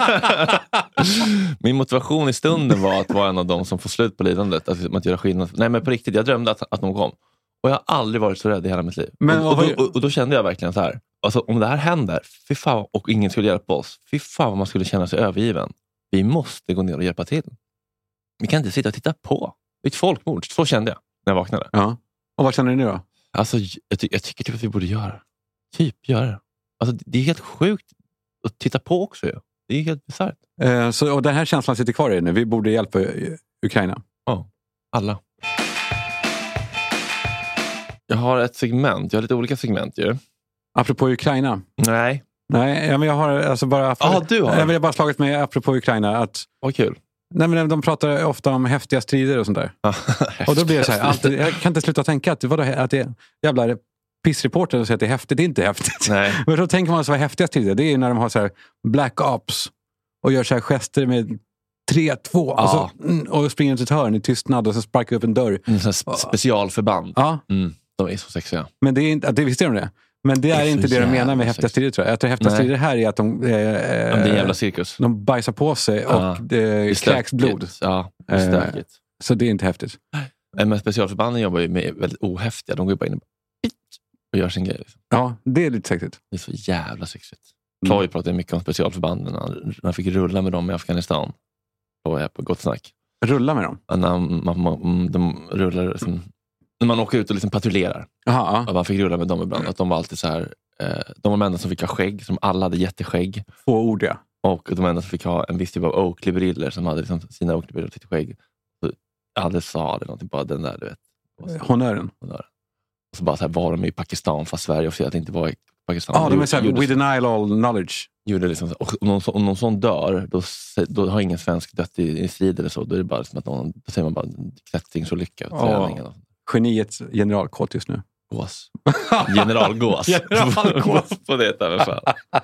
Min motivation i stunden var att vara en av dem som får slut på lidandet. Att, att göra skillnad. Nej, men på riktigt, jag drömde att, att de kom. Och jag har aldrig varit så rädd i hela mitt liv. Men, och, och, och, och då kände jag verkligen så här. Alltså om det här händer, fy fan, och ingen skulle hjälpa oss. Fy fan vad man skulle känna sig övergiven. Vi måste gå ner och hjälpa till. Vi kan inte sitta och titta på. Det är ett folkmord. Så kände jag när jag vaknade. Ja. Och vad känner du nu då? Alltså, jag, ty- jag tycker typ att vi borde göra. Typ göra det. Alltså, det är helt sjukt att titta på också. Ja. Det är helt bisarrt. Eh, så, och den här känslan sitter kvar i nu. Vi borde hjälpa Ukraina. Ja, alla. Jag har ett segment. Jag har lite olika segment ju. Apropå Ukraina. Nej. Nej, ja, men jag har alltså bara... Ja, ah, du har. Jag vill bara slagit med apropå Ukraina att... Vad kul. Nej, men de pratar ofta om häftiga strider och sånt där. Och då blir det så här, alltid, jag kan inte sluta tänka att, vadå, att det är jävla pissreporter och säger att det är häftigt. Det är inte häftigt. Nej. Men då tänker man så vad häftiga strider. Det är när de har så här Black Ops och gör så här gester med tre två ja. och, och springer till ett hörn i tystnad och så sparkar upp en dörr. Mm, så specialförband. Ja. Mm, de är så sexiga. Men det är inte, det visste de det. Men det är, det är inte det de menar med häftiga strider, tror jag. Jag tror häftiga strider här är att de... Eh, det är en jävla cirkus. De bajsar på sig och ja, det kräks blod. Ja, det är stökigt. Eh, så det är inte häftigt. Men specialförbanden jobbar ju med väldigt ohäftiga. De går ju bara in och gör sin grej. Liksom. Ja, det är lite sexigt. Det är så jävla sexigt. Chloe mm. pratade mycket om specialförbanden. När man fick rulla med dem i Afghanistan. Då är jag på Gott Snack. Rulla med dem? Ja, när man, man, de rullar... Liksom, när man åker ut och liksom patrullerar. Aha, ja. Man fick rulla med dem ibland. Att de var alltid så här... Eh, de var de enda som fick ha skägg. Som alla hade jätteskägg. Få ord, ja. Och de enda som fick ha en viss typ av Oakley-briller. Som hade liksom sina Oakley-briller och sitt skägg. Så jag hade sa det någonting. Bara den där, du vet. Så, honören. honören. Och så bara så här var de i Pakistan. Fast Sverige och att det inte var i Pakistan. Ja, ah, de är så här, we deny all knowledge. Gjorde liksom, och om någon, om någon sån dör, då, då har ingen svensk dött i, i strid eller så. Då är det bara liksom att någon, då säger man bara klättringsolycka. Oh. Geniets generalkåt just nu. Gås. Generalgås. Generalgås. På det i alla fall.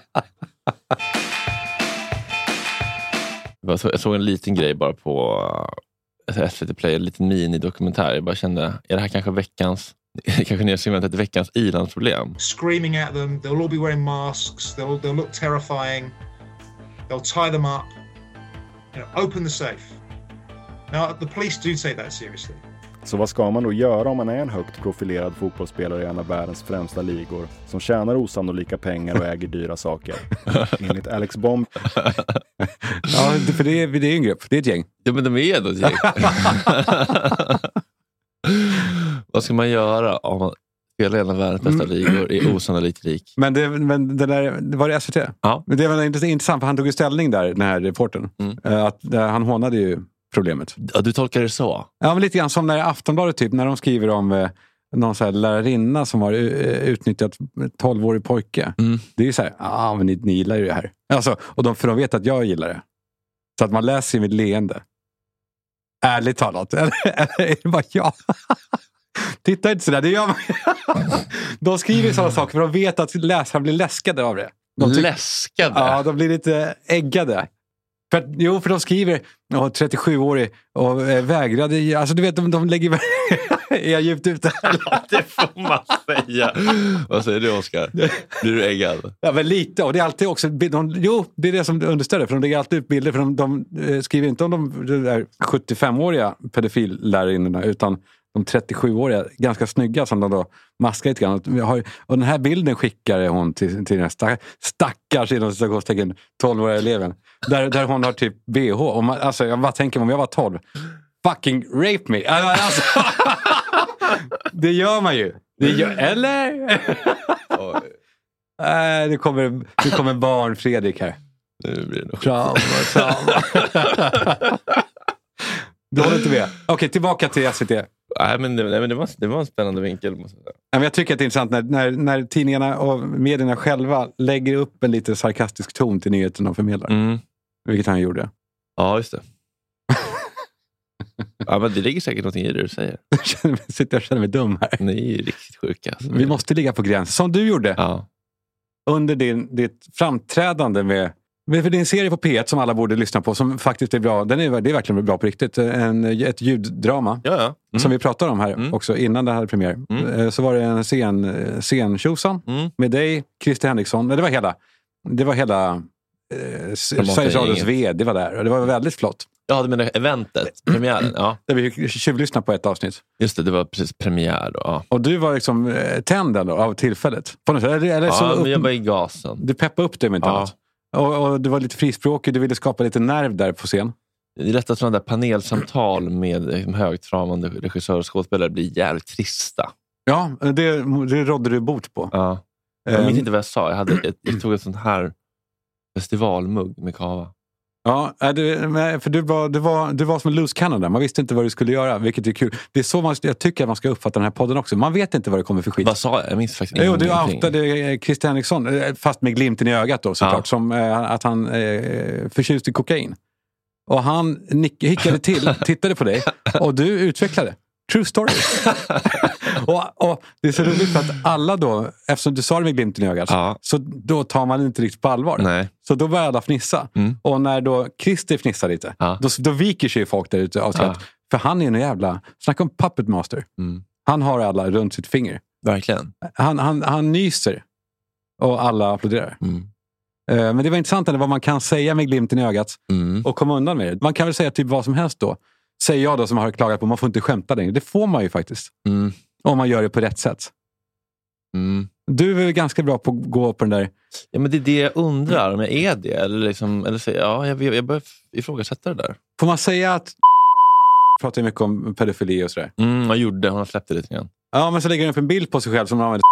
Jag såg en liten grej bara på S V T Play, en liten mini-dokumentär. Jag bara kände, är det här kanske veckans, kanske ni har segmentet veckans i-landsproblem? Screaming at them, they'll all be wearing masks, they'll, they'll look terrifying, they'll tie them up, you know, open the safe. Now, the police do take that seriously. Så vad ska man då göra om man är en högt profilerad fotbollsspelare i en av världens främsta ligor som tjänar osannolika pengar och äger dyra saker? Enligt Alex Bomb. Ja, för det är, det är en grupp. Det är ett gäng. Ja, men de är ändå ett gäng. Vad ska man göra om man spelar i en av världens bästa ligor i osannolikt rik? Men det, men det, där, det var det S V T. Ja. Men det var intressant för han tog ju ställning där, den här reportern. Mm. Att han hånade ju problemet. Ja, du tolkar det så? Ja, men lite grann som när Aftonbladet typ, när de skriver om eh, någon så här lärarinna som har uh, utnyttjat tolvårig pojke. Mm. Det är ju så här, ja ah, men ni, ni gillar ju det här. Alltså, och de, för de vet att jag gillar det. Så att man läser mitt leende. Ärligt talat. Eller är det bara jag? Titta inte sådär, det gör man. De skriver sådana saker för de vet att läsaren blir läskade av det. De ty- läskade? Ja, de blir lite äggade. För att, jo, för de skriver oh, trettiosjuårig och äh, vägrade. Alltså du vet, de, de lägger... är jag djupt ute? Ja, det får man säga. Vad säger du, Oskar? Blir du äggad? Ja, men lite. Och det är alltid också... De, jo, det är det som understöder. För de lägger alltid upp bilder. För de, de eh, skriver inte om de, de där sjuttiofemåriga pedofillärarinnorna utan de trettiosjuåriga, ganska snygga som de då maskar lite grann. Och den här bilden skickar hon till, till den här stackars inom citationstecken tolvåriga eleven. Där, där hon har typ B H. Och man, alltså, jag bara tänker om jag var tolv. Fucking rape me. Alltså, det gör man ju. Det gör, eller? äh, det, kommer, det kommer barn Fredrik här. Nu blir det nog trauma, trauma. Du håller inte med. Okej, okay, tillbaka till S V T. Nej, men, det, nej, men det, var, det var en spännande vinkel. Måste jag säga. Men jag tycker att det är intressant när, när, när tidningarna och medierna själva lägger upp en lite sarkastisk ton till nyheterna och förmedlar. Mm. Vilket han gjorde. Ja, just det. Ja, men det ligger säkert någonting i det du säger. Jag känner mig, sitter jag känner mig dum här. Ni är riktigt sjuka. Alltså. Vi måste ligga på gräns. Som du gjorde. Ja. Under din, ditt framträdande med... För din serie på P ett som alla borde lyssna på, som faktiskt är bra. Den är, det är verkligen bra på riktigt. En, ett ljuddrama. Ja, ja. Mm. Som vi pratade om här mm. också innan det här premiär. Mm. Så var det en scen, scen mm. med dig, Christer Henriksson. Det var hela... Det var hela... Eh, Sveriges Radios V, det var där. Och det var väldigt flott. Ja, du menar eventet, premiären. Ja. Där vi tjuvlyssnade på ett avsnitt. Just det, det var precis premiär då. Ja. Och du var liksom eh, tänden då, av tillfället. Eller, eller ja, så men upp, jag var i gasen. Du peppade upp det med inte ja. annat. Och, och du var lite frispråkig, du ville skapa lite nerv där på scen. Det är lätt att sådana där panelsamtal med högtravande regissörer och skådespelare blir jävligt trista. Ja, det, det rådde du bort på. Ja. Jag minns inte vad jag sa. Jag, hade ett, jag tog ett sånt här festivalmugg med kava. Ja, du, för du var, du, var, du var som en loose cannon. Man visste inte vad du skulle göra, vilket är kul. Det är så man, jag tycker att man ska uppfatta den här podden också. Man vet inte vad det kommer för skit. Vad sa jag? Jag minns faktiskt jo, du outade Christer Henriksson, fast med glimten i ögat då såklart. Ja. Som eh, att han eh, förtjust i kokain. Och han nick, hickade till, tittade på dig och du utvecklade. True story. och, och det är så roligt för att alla då, eftersom du sa det med glimten i ögat, ja. Så då tar man inte riktigt på allvar. Nej. Så då börjar alla fnissa. Mm. Och när då Christer fnissar lite, ja. då, då viker sig folk där ute av skratt. Ja. För han är en jävla, snacka om puppet master. Mm. Han har alla runt sitt finger. Verkligen. Han, han, han nyser och alla applåderar. Mm. Men det var intressant vad man kan säga med glimten i ögat mm. och komma undan med det. Man kan väl säga typ vad som helst då. Säger jag då som har klagat på man får inte skämta längre. Det får man ju faktiskt. Mm. Om man gör det på rätt sätt. Mm. Du är väl ganska bra på att gå på den där... Ja, men det är det jag undrar om jag är det. Eller liksom, eller säga, ja, jag, jag börjar ifrågasätta det där. Får man säga att pratar mycket om pedofili och sådär? Mm, jag gjorde. Hon har släppt det lite grann. Ja, men så lägger den upp en bild på sig själv som man använder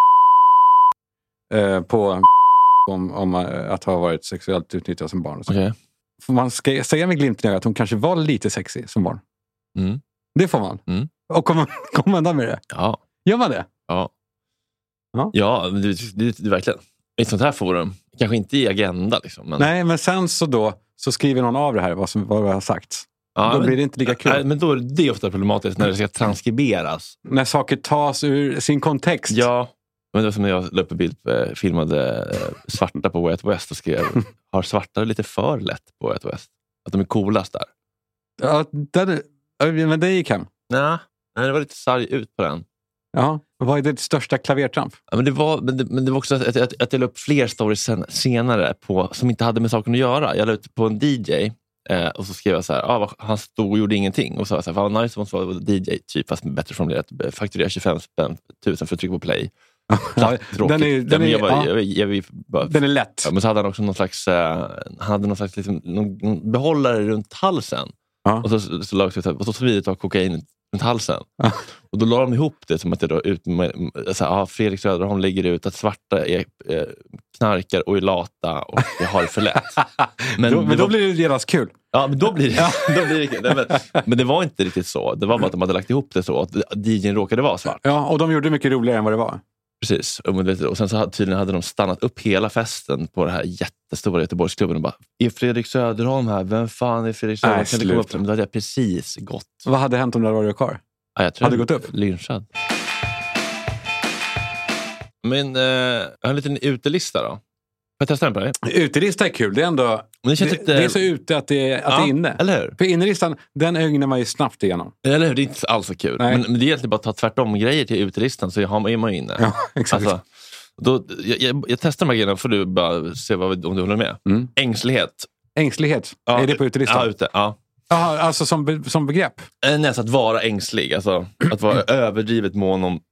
eh, på om, om att ha varit sexuellt utnyttjad som barn. Okej. Okay. Får man ska säga med glimten i ögat att hon kanske var lite sexig som barn? Mm. Det får man. Mm. Och kommer kom undan med det? Ja. Gör man det? Ja. Ja, ja det, det, det, det verkligen. I ett sånt här forum. Kanske inte i Agenda. Liksom, men... Nej, men sen så då så skriver någon av det här vad som vad har sagts. Ja, då men, blir det inte lika kul. Nej, men då är det ofta problematiskt när det ska transkriberas. När saker tas ur sin kontext. Ja. Men det var som när jag löp bild filmade svarta på Way Out West och skrev har svarta lite för lätt på Way Out West? Att de är coolast där. Ja, den, men det gick hem. Nej, det var lite sarg ut på den. Ja, vad är ditt största klavertramp? Ja, men, det var, men, det, men det var också att, att, att jag la upp fler stories sen, senare på, som inte hade med saken att göra. Jag la ut på en D J eh, och så skrev jag så här, ah, han stod och gjorde ingenting. Och så sa jag, vad nice om man var D J typ, fast bättre formulerat. Fakturera tjugofem tusen för att trycka på play. Ja, den är, den är, jag var, ja, jag, jag, jag, bara, den är lätt. Ja, men så hade han också någon slags, uh, han hade någon slags liksom, någon behållare runt halsen. Ja. Och så, så, så, så, och så vidare ta kokain runt halsen. Och då la de ihop det som att det då ut med, så här, ah, Fredrik Söderholm lägger ut att svarta är eh, knarkar och är lata och det har för lätt. Men, då, men då var, blir det deras kul. Ja, men då blir det, då blir det kul. Nej, men, men det var inte riktigt så. Det var bara att de hade lagt ihop det så att D J:n råkade vara svart. Ja, och de gjorde det mycket roligare än vad det var. Precis. Och sen så hade, tydligen hade de stannat upp hela festen på det här jättestora Göteborgsklubben och bara, är Fredrik Söderholm här? Vem fan är Fredrik Söderholm? Nej, kan det komma upp? Men då hade jag precis gått. Vad hade hänt om det hade varit kvar? Ja, jag tror hade jag gått upp? Lynchad. Men eh, jag har en liten utelista då. Får jag testa den på dig? Utelista är kul. Det är ändå Men det, känns det, lite... det är så ute att det, att ja, det är inne. Eller hur? För innelistan, den ögnar man ju snabbt igenom. Eller hur? Det är inte alls så kul. Men, men det är egentligen bara att ta tvärtom grejer till utelistan så har man, är man ju inne. Ja, exakt. Alltså, då, jag, jag, jag testar de här grejerna för du bara se vad, om du håller med. Mm. Ängslighet. Ängslighet? Ja, är det på utelistan? Ja, ute. Ja. Aha, alltså som, be, som begrepp? Nej, alltså att vara ängslig. Alltså, att vara överdrivet mån om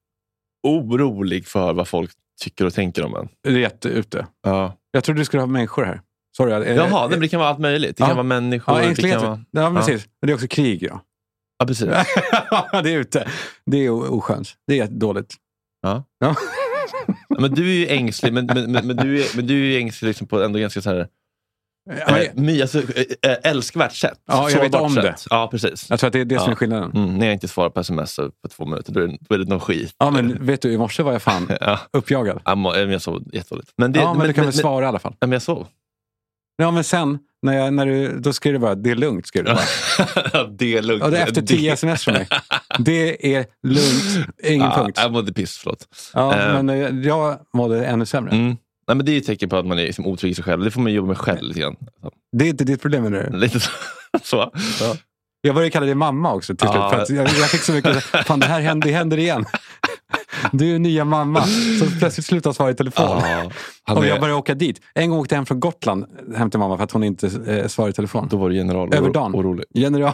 orolig för vad folk tycker och tänker om en. Rätt ute. Ja. Jag trodde du skulle ha människor här. Sorry. Är, Jaha, det kan vara allt möjligt. Det ja. kan vara människor. Ja, ängslighet. Det kan vara... Ja, precis. Men det är också krig, ja. Ja, precis. Det är ute. Det är oskönt. Det är dåligt. Ja. Ja. Men du är ju ängslig, men, men, men, men, du, är, men du är ju ängslig liksom på ändå ganska så här... Ja, äh, my, alltså, äh, älskvärt sätt. Ja, jag vet om sätt. det. Ja, precis. Jag tror att det är det som ja. är skillnaden. Mm, när jag inte svarar på sms på två minuter, då är det, då är det någon skit. Ja, men vet du, i morse var jag fan ja. uppjagad. Ja, men jag sov jättedåligt. Men det, ja, men, men du kan men, väl svara i alla fall. Ja, men jag sov. Ja, men sen, när jag, när du, då skrev du bara, det är lugnt, skrev du bara. Det är lugnt. Och det är efter tio sms från mig. Det är lugnt, ingen ja, punkt. Jag mådde piss, förlåt. Ja, uh, men jag mådde ännu sämre. Mm. Nej, men det är ju ett tecken på att man är liksom otrygg i sig själv. Det får man jobba med själv lite grann. Det är inte ditt problem nu. Lite så. så. Ja. Jag började kalla dig mamma också till slut. Ja. För att jag, jag fick så mycket, fan det här händer, det händer igen. Du är nya mamma. Så plötsligt slutar svara i telefon. Ja, och jag började åka dit. En gång åkte jag hem från Gotland hem till mamma för att hon inte eh, svarade i telefon. Då var du general Över dagen. orolig. General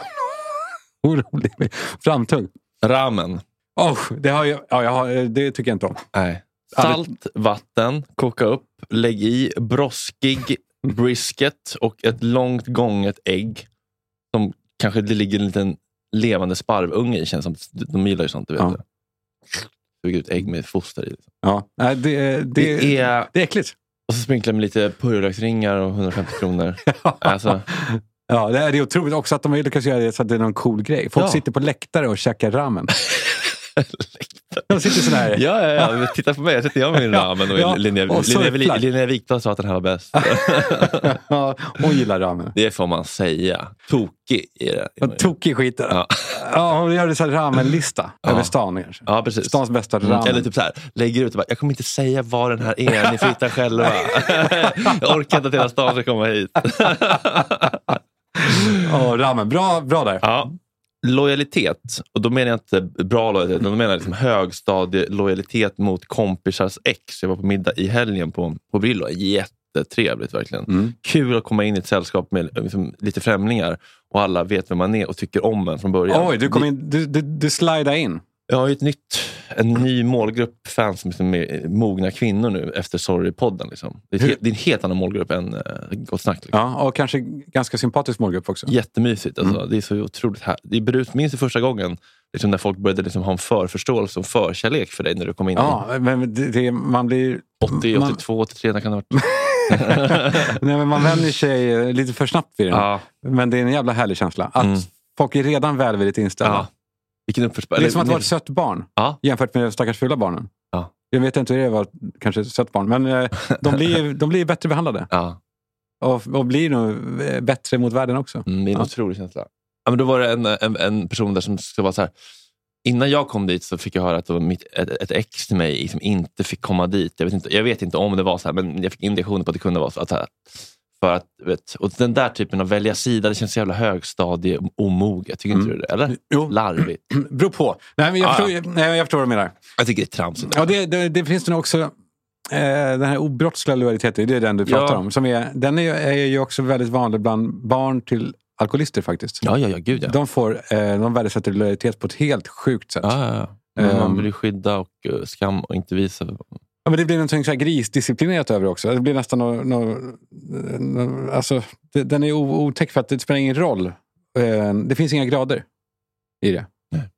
orolig. Framtung. Ramen. Oh, det, har jag, ja, jag har, det tycker jag inte om. Nej. Salt, vatten, koka upp, lägg i broskig brisket och ett långt gånget ägg. Som kanske det ligger en liten levande sparvunge i, känns som. De gillar ju sånt, du vet. Ja. Suga ut ägg med foster i. Ja, det, det, det, är, det är äckligt. Och så sprinklar med lite purjolöksringar och hundrafemtio kronor. Ja. Alltså. Ja, det är, det är otroligt också att de har lyckats göra det så att det är någon cool grej. Folk ja. sitter på läktare och käkar ramen. De sitter sån här. Ja, ja, ja. Titta på mig. Jag sitter jag med min ramen och ja, Linnea, och Linnea, Linnea Wikblad sa att den här var bäst. Ja, hon gillar ramen. Det får man säga. Tokig är det. Ja, tokig skit är det. Ja. Ja, hon gör det så här ramenlista ja. över stan kanske. Ja, precis. Stans bästa ramen. Mm. Eller typ så här, lägger ut och bara, jag kommer inte säga vad den här är. Ni får hitta själva. Jag orkar inte att hela stan ska komma hit. Ja, oh, ramen. Bra, bra där. Ja. Lojalitet, och då menar jag inte bra lojalitet, då menar jag liksom högstadielojalitet mot kompisars ex. Jag var på middag i helgen på, på Brillo, jättetrevligt verkligen. Mm. Kul att komma in i ett sällskap med liksom, lite främlingar och alla vet vem man är och tycker om en från början. Oj, du kom in, du, du, du slidar in. Jag har ju ett nytt, en ny målgrupp fans liksom, med mogna kvinnor nu efter Sorry-podden. Liksom. Det, är ett, det är en helt annan målgrupp än uh, Gott snack. Liksom. Ja, och kanske ganska sympatisk målgrupp också. Jättemysigt. Alltså. Mm. Det är så otroligt här. Det är berut, minst i första gången liksom, när folk började liksom, ha en förförståelse och förkärlek för dig när du kom in. Ja, i. men det, det, man blir... åttio, åttiotvå, åttiotre kan det ha varit. Nej, men man vänjer sig lite för snabbt vid den. Ja. Men det är en jävla härlig känsla. Att mm. folk är redan välvilligt inställda. Ja. Vilken uppförsp- det är som att vara ett sött barn ja. jämfört med de stackars fulla barnen. Ja. Jag vet inte hur det var, kanske ett sött barn. Men eh, de, blir, de blir bättre behandlade. Ja. Och, och blir nog bättre mot världen också. Mm, det är en ja. otrolig känsla. Ja, men då var det en, en, en person där som skulle vara så här. Innan jag kom dit så fick jag höra att det var mitt, ett, ett ex till mig som inte fick komma dit. Jag vet inte, jag vet inte om det var så här, men jag fick indikationer på att det kunde vara så. Att, för att, vet, och den där typen av välja sida, det känns så jävla högstadie omoget. Tycker mm. inte du det? Eller? Jo. Larvigt. Beror på. Nej, men jag, ah, förstår, ja. nej, jag förstår vad du menar. Jag tycker det är tramsigt. Ja, det, det, det finns det nog också. Eh, den här obrottsliga lojaliteten, det är den du pratar ja. om. Som är, den är, är ju också väldigt vanlig bland barn till alkoholister faktiskt. Ja, ja, ja, gud ja. De får, eh, de värdesätter lojalitet på ett helt sjukt sätt. Ja, ja, ja. Um, man vill skydda och uh, skam och inte visa. Ja, men det blir någonting så här grisdisciplinerat över också. Det blir nästan något, något, något, alltså, det, den är otäck för att det spelar ingen roll. Eh, det finns inga grader i det. Nej.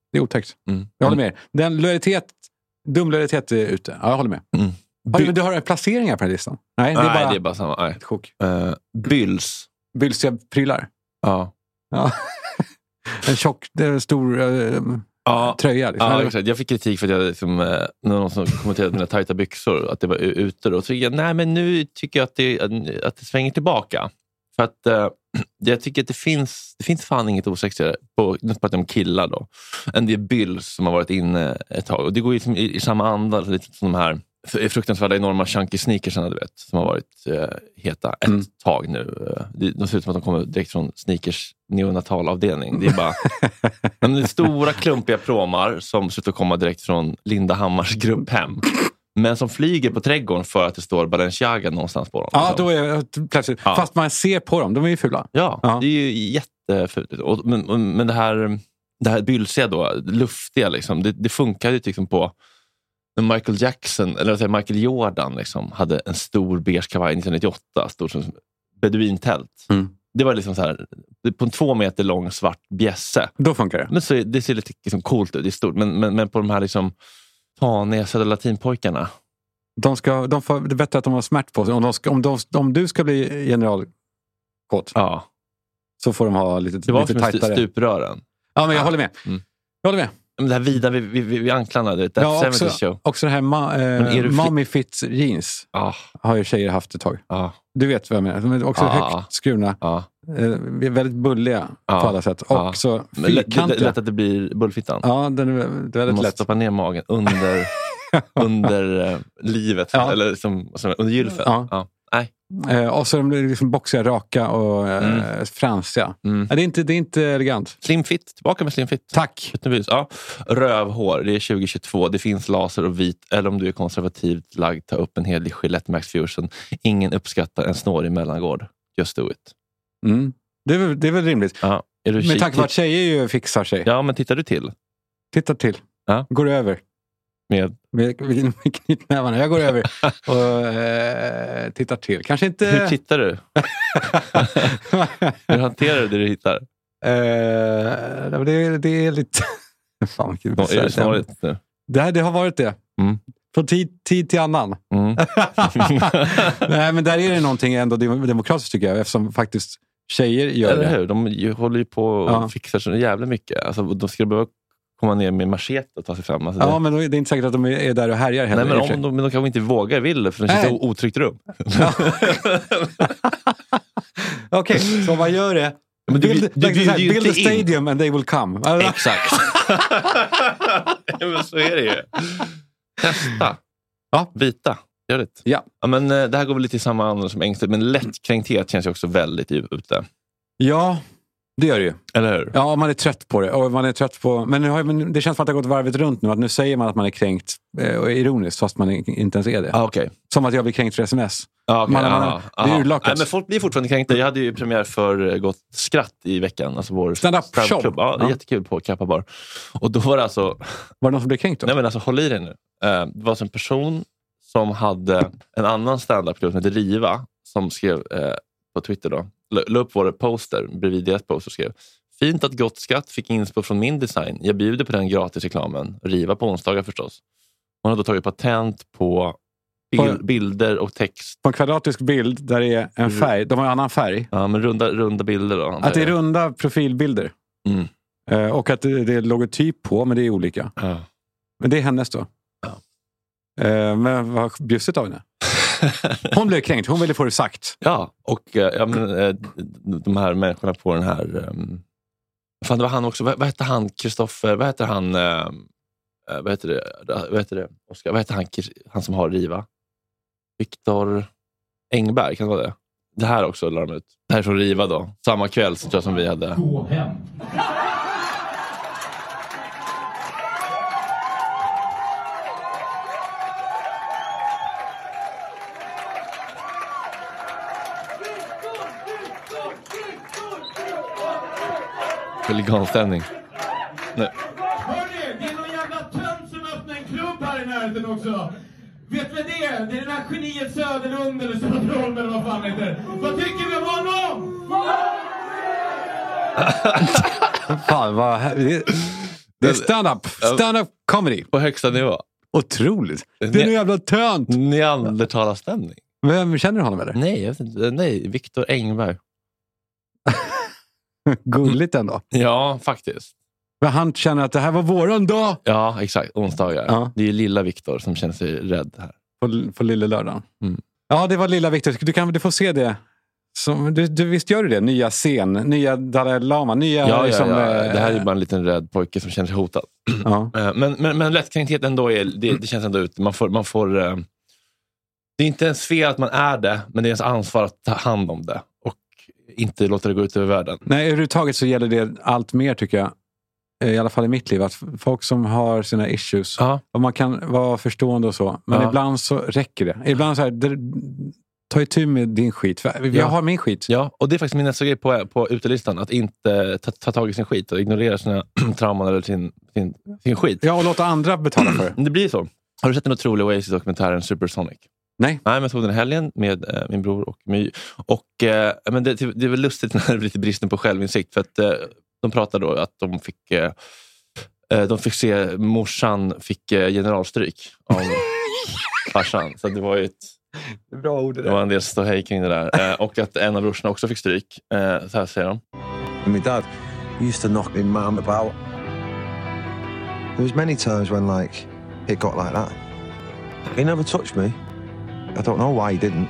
Det är otäckt. Mm. Jag håller med. Den lojalitet, dum lojalitet är ute. Ja, jag håller med. Mm. By- du har placeringar på den listan? Nej, det är Nej, bara, det är bara samma. Nej. Chock. Uh, Bylls. Bylsiga prylar? Ja. ja. En tjock, stor uh, ja. tröja. Liksom. Ja, exakt. Jag fick kritik för att jag liksom, någon som kommenterade mina tajta byxor, att det var ute då. Så jag, nej men nu tycker jag att det, att det svänger tillbaka. För att uh, jag tycker att det finns, det finns fan inget osexigare på, nu pratar jag om killar då, än det är Bylls som har varit inne ett tag. Och det går ju i, i samma anda, lite som de här fruktansvärda enorma chunky sneakersarna, du vet, som har varit uh, heta ett mm. tag nu. De, de ser ut som att de kommer direkt från sneakers neonatalavdelning. Det är bara men det är stora klumpiga promar som ser ut att komma direkt från Linda Hammars grupphem. Men som flyger på trädgården för att det står Balenciaga någonstans på dem. Ja, då är plötsligt. Ja. Fast man ser på dem, de är ju fula. Ja, ja. Det är ju jättefult. Och, men, men det här, det här bylsiga då, luftiga liksom, det, det funkar ju liksom på Michael Jackson, eller vad säger Michael Jordan liksom, hade en stor beige kavaj nittonhundranittioåtta, stor som beduintält. Mm. Det var liksom så här, på en två meter lång svart bjässe. Då funkar det. Men så, det ser lite liksom coolt ut, det är stort. Men, men, men på de här liksom taniga södra latinpojkarna. De ska, de får, det är bättre att de har smärt på sig. Om, de ska, om, de, om du ska bli generalkåt, ja. Så får de ha lite, det var lite tajtare. Det var stuprören. Ja, men jag ja. håller med. Mm. Jag håller med. Men det här vida vid, vid, vid anklarna, det är ja, också, show. Också det här ma- eh, Mommy Fits jeans ah. har ju tjejer haft ett tag. Ah. Du vet vad jag menar. De är också ah. högt skurna. Ah. Eh, väldigt bulliga ah. på alla sätt. Och ah. så fyrkantiga. Det är lätt att det blir bullfittan. Ja, den är, det är väldigt lätt. Man måste stoppa ner magen under, under uh, livet. Ja. Eller som, som, under gylfen. Ja. Ja. Nej. Eh, och så de blir liksom boxiga, raka och eh, mm. fransiga. Mm. Ja, det, är inte, det är inte elegant. Slim fit, tillbaka med slim fit. Tack. Ja. Rövhår, det är tjugo tjugotvå. Det finns laser och vit. Eller om du är konservativt lagd, ta upp en helig Gillette Max Fusion. Ingen uppskattar en snårig mellangård. Just do it. Mm. Det, är väl, det är väl rimligt. Ja. Är du men tack vare att tjejer ju fixar sig. Ja, men tittar du till? Tittar till. Ja. Går över. Med? Med, med knytnävarna. Jag går över och eh, tittar till. Kanske inte... Hur tittar du? Hur hanterar du det du hittar? Eh, det, det är lite... Fan, Nå, är det snarligt nu? Det, det har varit det. Mm. Från tid, tid till annan. Mm. Nej, men där är det någonting ändå demokratiskt tycker jag. Eftersom faktiskt tjejer gör Eller det. Hur? De håller ju på och ja. fixar så jävla mycket. Alltså, de ska behöva komma ner med machete och ta sig fram. Alltså ja, det... men det är inte säkert att de är där och härjar heller. Nej, men, om de, men de kanske inte vågar vill för de sitter i otryggt rum. Ja. Okej, okay, så vad gör det? Men du, build du, du, du, du, build a stadium in. And they will come. Exakt. Ja, men så är det ju. Testa. Ja. Vita. Gör det. Ja. Ja, men det här går väl lite i samma anda som ängsligt. Men lättkränkthet känns ju också väldigt ute. Ja, det gör det ju. Eller hur? Ja, man är trött på det. Och man är trött på... Men, nu har, men det känns som att det har gått varvet runt nu. Att nu säger man att man är kränkt. Och ironiskt, fast man inte ens är det. Ah, okay. Som att jag blir kränkt för sms. Ah, okay. man, man, ah, det är ah. urlakat. Nej, men folk blir fortfarande kränkta. Jag hade ju premiär för Gott Skratt i veckan. Alltså vår stand-up show. Club. Ja, det är ja. jättekul på Kappa Bar. Och då var det alltså... Var det någon som blev kränkt då? Nej, men alltså håll i dig nu. Det var alltså en person som hade en annan stand-up-klubb som heter Riva. Som skrev eh, på Twitter då. La upp vår poster bredvid deras poster och skrev: fint att Gott Skratt fick inspo från min design. Jag bjuder på den gratisreklamen. Riva på onsdagar förstås. Hon har då tagit patent på bil- på, bilder och text. På en kvadratisk bild där det är en färg. De har en annan färg. Ja, men runda, runda bilder då. Att det är runda profilbilder. Mm. Eh, och att det, det är logotyp på, men det är olika. Ja. Men det är hennes då. Ja. Eh, men vad bjussigt av henne. Hon blev kränkt, hon ville få det sagt. Ja, och ja, men, de här människorna på den här... Um, fan, det var han också. Vad, vad heter han? Kristoffer? Vad heter han? Uh, vad heter det? Vad heter det? Oscar, vad heter han? Han som har Riva? Viktor Engberg, kan det vara det? Det här också lade de ut. Det här är från Riva då. Samma kväll tror jag som vi hade. Gå hem. Huliganställning. Nej. Hörrni, det är någon jävla tönt som öppnar en klubb här i närheten också. Vet vad det är? Det är den här geniet Söderlund eller Söderholm eller vad fan heter. Vad tycker vi om honom? Fan, vad... Det är stand-up. Stand-up comedy. På högsta nivå. Otroligt. Det är en jävla tönt. Neandertalarstämning. Vem känner du honom eller? Nej, jag vet inte. Nej, Viktor Engberg. Gulligt ändå. Ja, faktiskt. Men han känner att det här var våran dag. Ja, exakt. Onsdagar. Ja. Det är ju lilla Viktor som känner sig rädd här. På, på lilla lördagen. Mm. Ja, det var lilla Viktor. Du, kan, du får se det. Som, du, du, visst gör du det? Nya scen, nya Dalai Lama, nya... Ja, ja, liksom, ja. Äh, det här är bara en liten rädd pojke som känner sig hotad. Ja. men, men, men lättkränkthet ändå är, det, det känns ändå ut. Man får, man får, det är inte ens fel att man är det, men det är ens ansvar att ta hand om det. Och inte låta det gå ut över världen. Nej, överhuvudtaget så gäller det allt mer tycker jag. I alla fall i mitt liv. Att folk som har sina issues. Ja. Och man kan vara förstående och så. Men Ja. ibland så räcker det. Ibland så här... Det, ta itu med din skit. Jag Ja. har min skit. Ja, och det är faktiskt min nästa grej på, på utelistan. Att inte ta, ta tag i sin skit och ignorera sina trauman eller sin, sin, sin skit. Ja, och låta andra betala för det. Det blir så. Har du sett den otroliga Oasis-dokumentären Supersonic? Nej. Nej, men jag såg den i helgen med eh, min bror och My. Och eh, men det, det är väl lustigt när det blir lite bristen på självinsikt. För att eh, de pratade då att de fick eh, de fick se morsan fick eh, generalstryk av farsan. Så det var ju ett Det är bra ord det Det var en del ståhej kring det där. Eh, och att en av brorsorna också fick stryk. Eh, så här säger de. My dad used to knock my mum about. There was many times when like it got like that. He never touched me. I don't know why he didn't.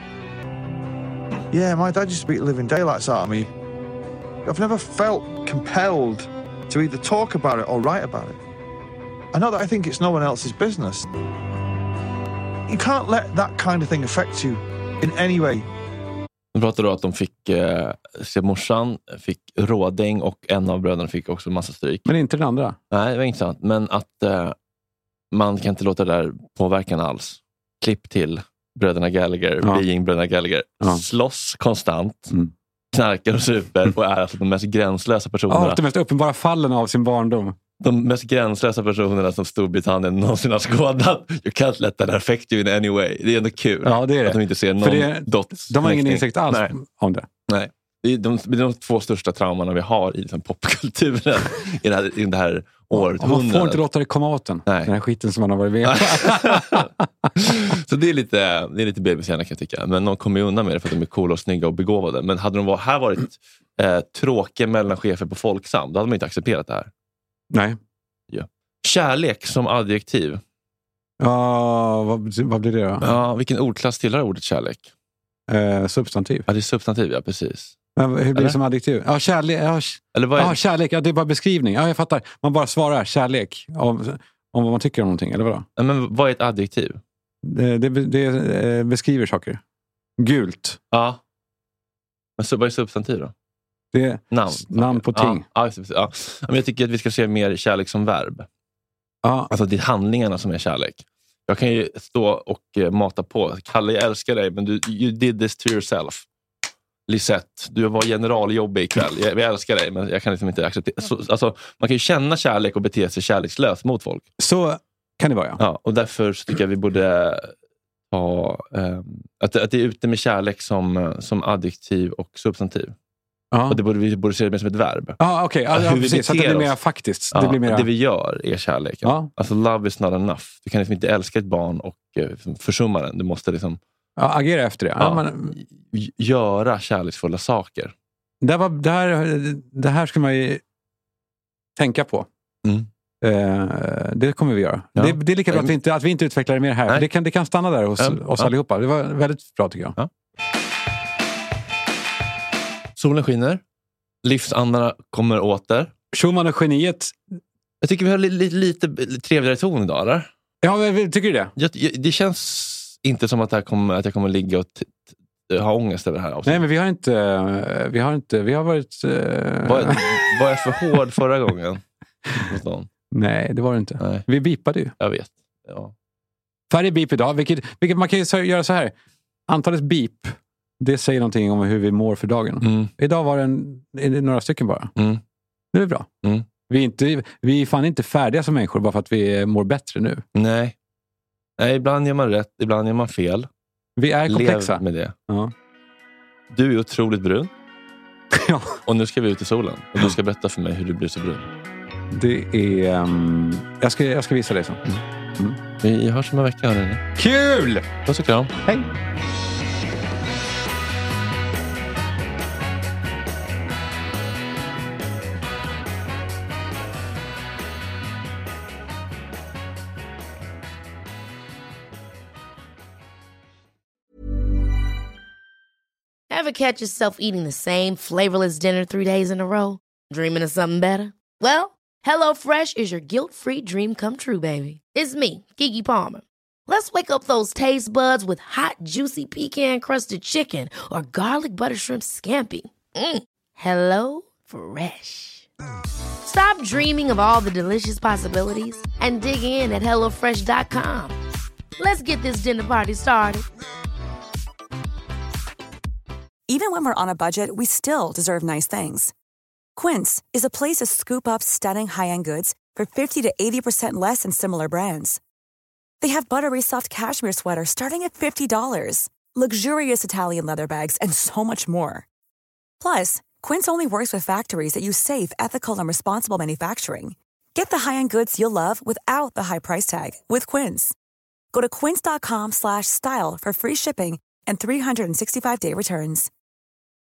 Yeah, my dad used to beat the living daylights out of me. I've never felt compelled to either talk about it or write about it. I know that I think it's no one else's business. You can't let that kind of thing affect you in any way. De pratade då att de fick eh, se morsan, fick råding och en av bröderna fick också massa stryk. Men inte den andra? Nej, det var inte sant. Men att eh, man kan inte låta det där påverka en alls. Klipp till bröderna Gallagher, Ja. being bröderna Gallagher. Ja. Slåss konstant, Mm. knarkar och super och är alltså de mest gränslösa personerna. Ja, de mest uppenbara fallen av sin barndom. De mest gränslösa personerna som Storbritannien någonsin har skådat. You can't let that affect you in any way. Det är ändå kul Ja, det är det. att de inte ser någon För det, dots. de har ingen connecting. insikt alls Nej. om det. Nej. Det är de, det är de två största traumorna vi har i liksom, popkulturen i det här, i det här århundradet. Man får inte låta det komma åt den. Nej. Den här skiten som man har varit med. Så det är lite, det är lite bebishjärna kan jag tycka. Men de kommer ju undan med det för att de är coola och snygga och begåvade. Men hade de var, här varit eh, tråkiga mellanchefer på Folksam, då hade man inte accepterat det här. Nej. Ja. Kärlek som adjektiv. Ja, vad, vad blir det då? Ja, vilken ordklass tillhör ordet kärlek? Eh, substantiv. Ja, det är substantiv, ja precis. Men hur blir Eller? det som adjektiv? Ja, kärlek. Ja, Eller vad är ja, det? kärlek. Ja, det är bara beskrivning. Ja, jag fattar. Man bara svarar kärlek om, om vad man tycker om någonting, eller vadå? Ja, men vad är ett adjektiv? Det, det, det eh, beskriver saker. Gult. Ja. Men så, vad är substantiv då? Det är Namn. namn på ting. Ja, ja, ja. Men jag tycker att vi ska se mer kärlek som verb. Ja. Alltså det är handlingarna som är kärlek. Jag kan ju stå och eh, mata på. Kalle, jag älskar dig, men du you did this to yourself. Lisette, du var generaljobbig ikväll. Jag, jag älskar dig, men jag kan liksom inte acceptera. Så, alltså, man kan ju känna kärlek och bete sig kärlekslöst mot folk. Så kan det vara, ja. Ja, och därför så tycker jag vi borde ha eh, att, att det är ute med kärlek som, som adjektiv och substantiv. Ja. Och det borde, vi borde se det mer som ett verb. Ja, okej. Okay. Ja, Hur vi precis. Så att det beter blir mer oss. faktiskt. Ja, det, blir mer... det vi gör är kärleken. Ja. Alltså love is not enough. Du kan liksom inte älska ett barn och eh, försumma den. Du måste liksom ja, agera efter det. Ja, ja, men... göra kärleksfulla saker. Det, var, det, här, det här ska man ju tänka på. Mm. Eh, det kommer vi göra. Ja. Det, det är lika bra att vi inte, att vi inte utvecklar det mer här. För det, kan, det kan stanna där hos Ja. oss Ja. allihopa. Det var väldigt bra tycker jag. Ja. Solen skiner. Livsandarna kommer åter. Schumann och geniet. Jag tycker vi har li, li, lite trevligare ton idag, eller? Ja, tycker du det? Jag, jag, det känns inte som att, det här kommer, att jag kommer ligga och t- t- ha ångest över det här. Nej, men vi har inte... Vi har, inte, vi har varit... Uh... Var, var jag för hård förra gången? Nej, det var det inte. Nej. Vi bipade ju. Jag vet. Ja. Färre bip idag. Vilket, vilket man kan ju göra så här. Antalet bip, det säger någonting om hur vi mår för dagen. Mm. Idag var det, en, är det några stycken bara. Mm. Det är bra. Mm. Vi, är inte, vi är fan inte färdiga som människor bara för att vi mår bättre nu. Nej. Nej, ibland gör man rätt, ibland gör man fel. Vi är komplexa. Lev med det. Ja. Du är otroligt brun. Ja. Och nu ska vi ut i solen. Och du ska berätta för mig hur du blir så brun. Det är... Um, jag, ska, jag ska visa dig så. Mm. Mm. Vi hörs om en vecka. Hörrni. Kul! Puss och kram. Hej! Ever catch yourself eating the same flavorless dinner three days in a row? Dreaming of something better? Well, HelloFresh is your guilt-free dream come true, baby. It's me, Keke Palmer. Let's wake up those taste buds with hot, juicy pecan-crusted chicken or garlic butter shrimp scampi. Mm. Hello Fresh. Stop dreaming of all the delicious possibilities and dig in at hello fresh dot com. Let's get this dinner party started. Even when we're on a budget, we still deserve nice things. Quince is a place to scoop up stunning high-end goods for fifty to eighty percent less than similar brands. They have buttery soft cashmere sweaters starting at fifty dollars, luxurious Italian leather bags, and so much more. Plus, Quince only works with factories that use safe, ethical, and responsible manufacturing. Get the high-end goods you'll love without the high price tag with Quince. Go to quince dot com slash style for free shipping and three hundred sixty-five day returns.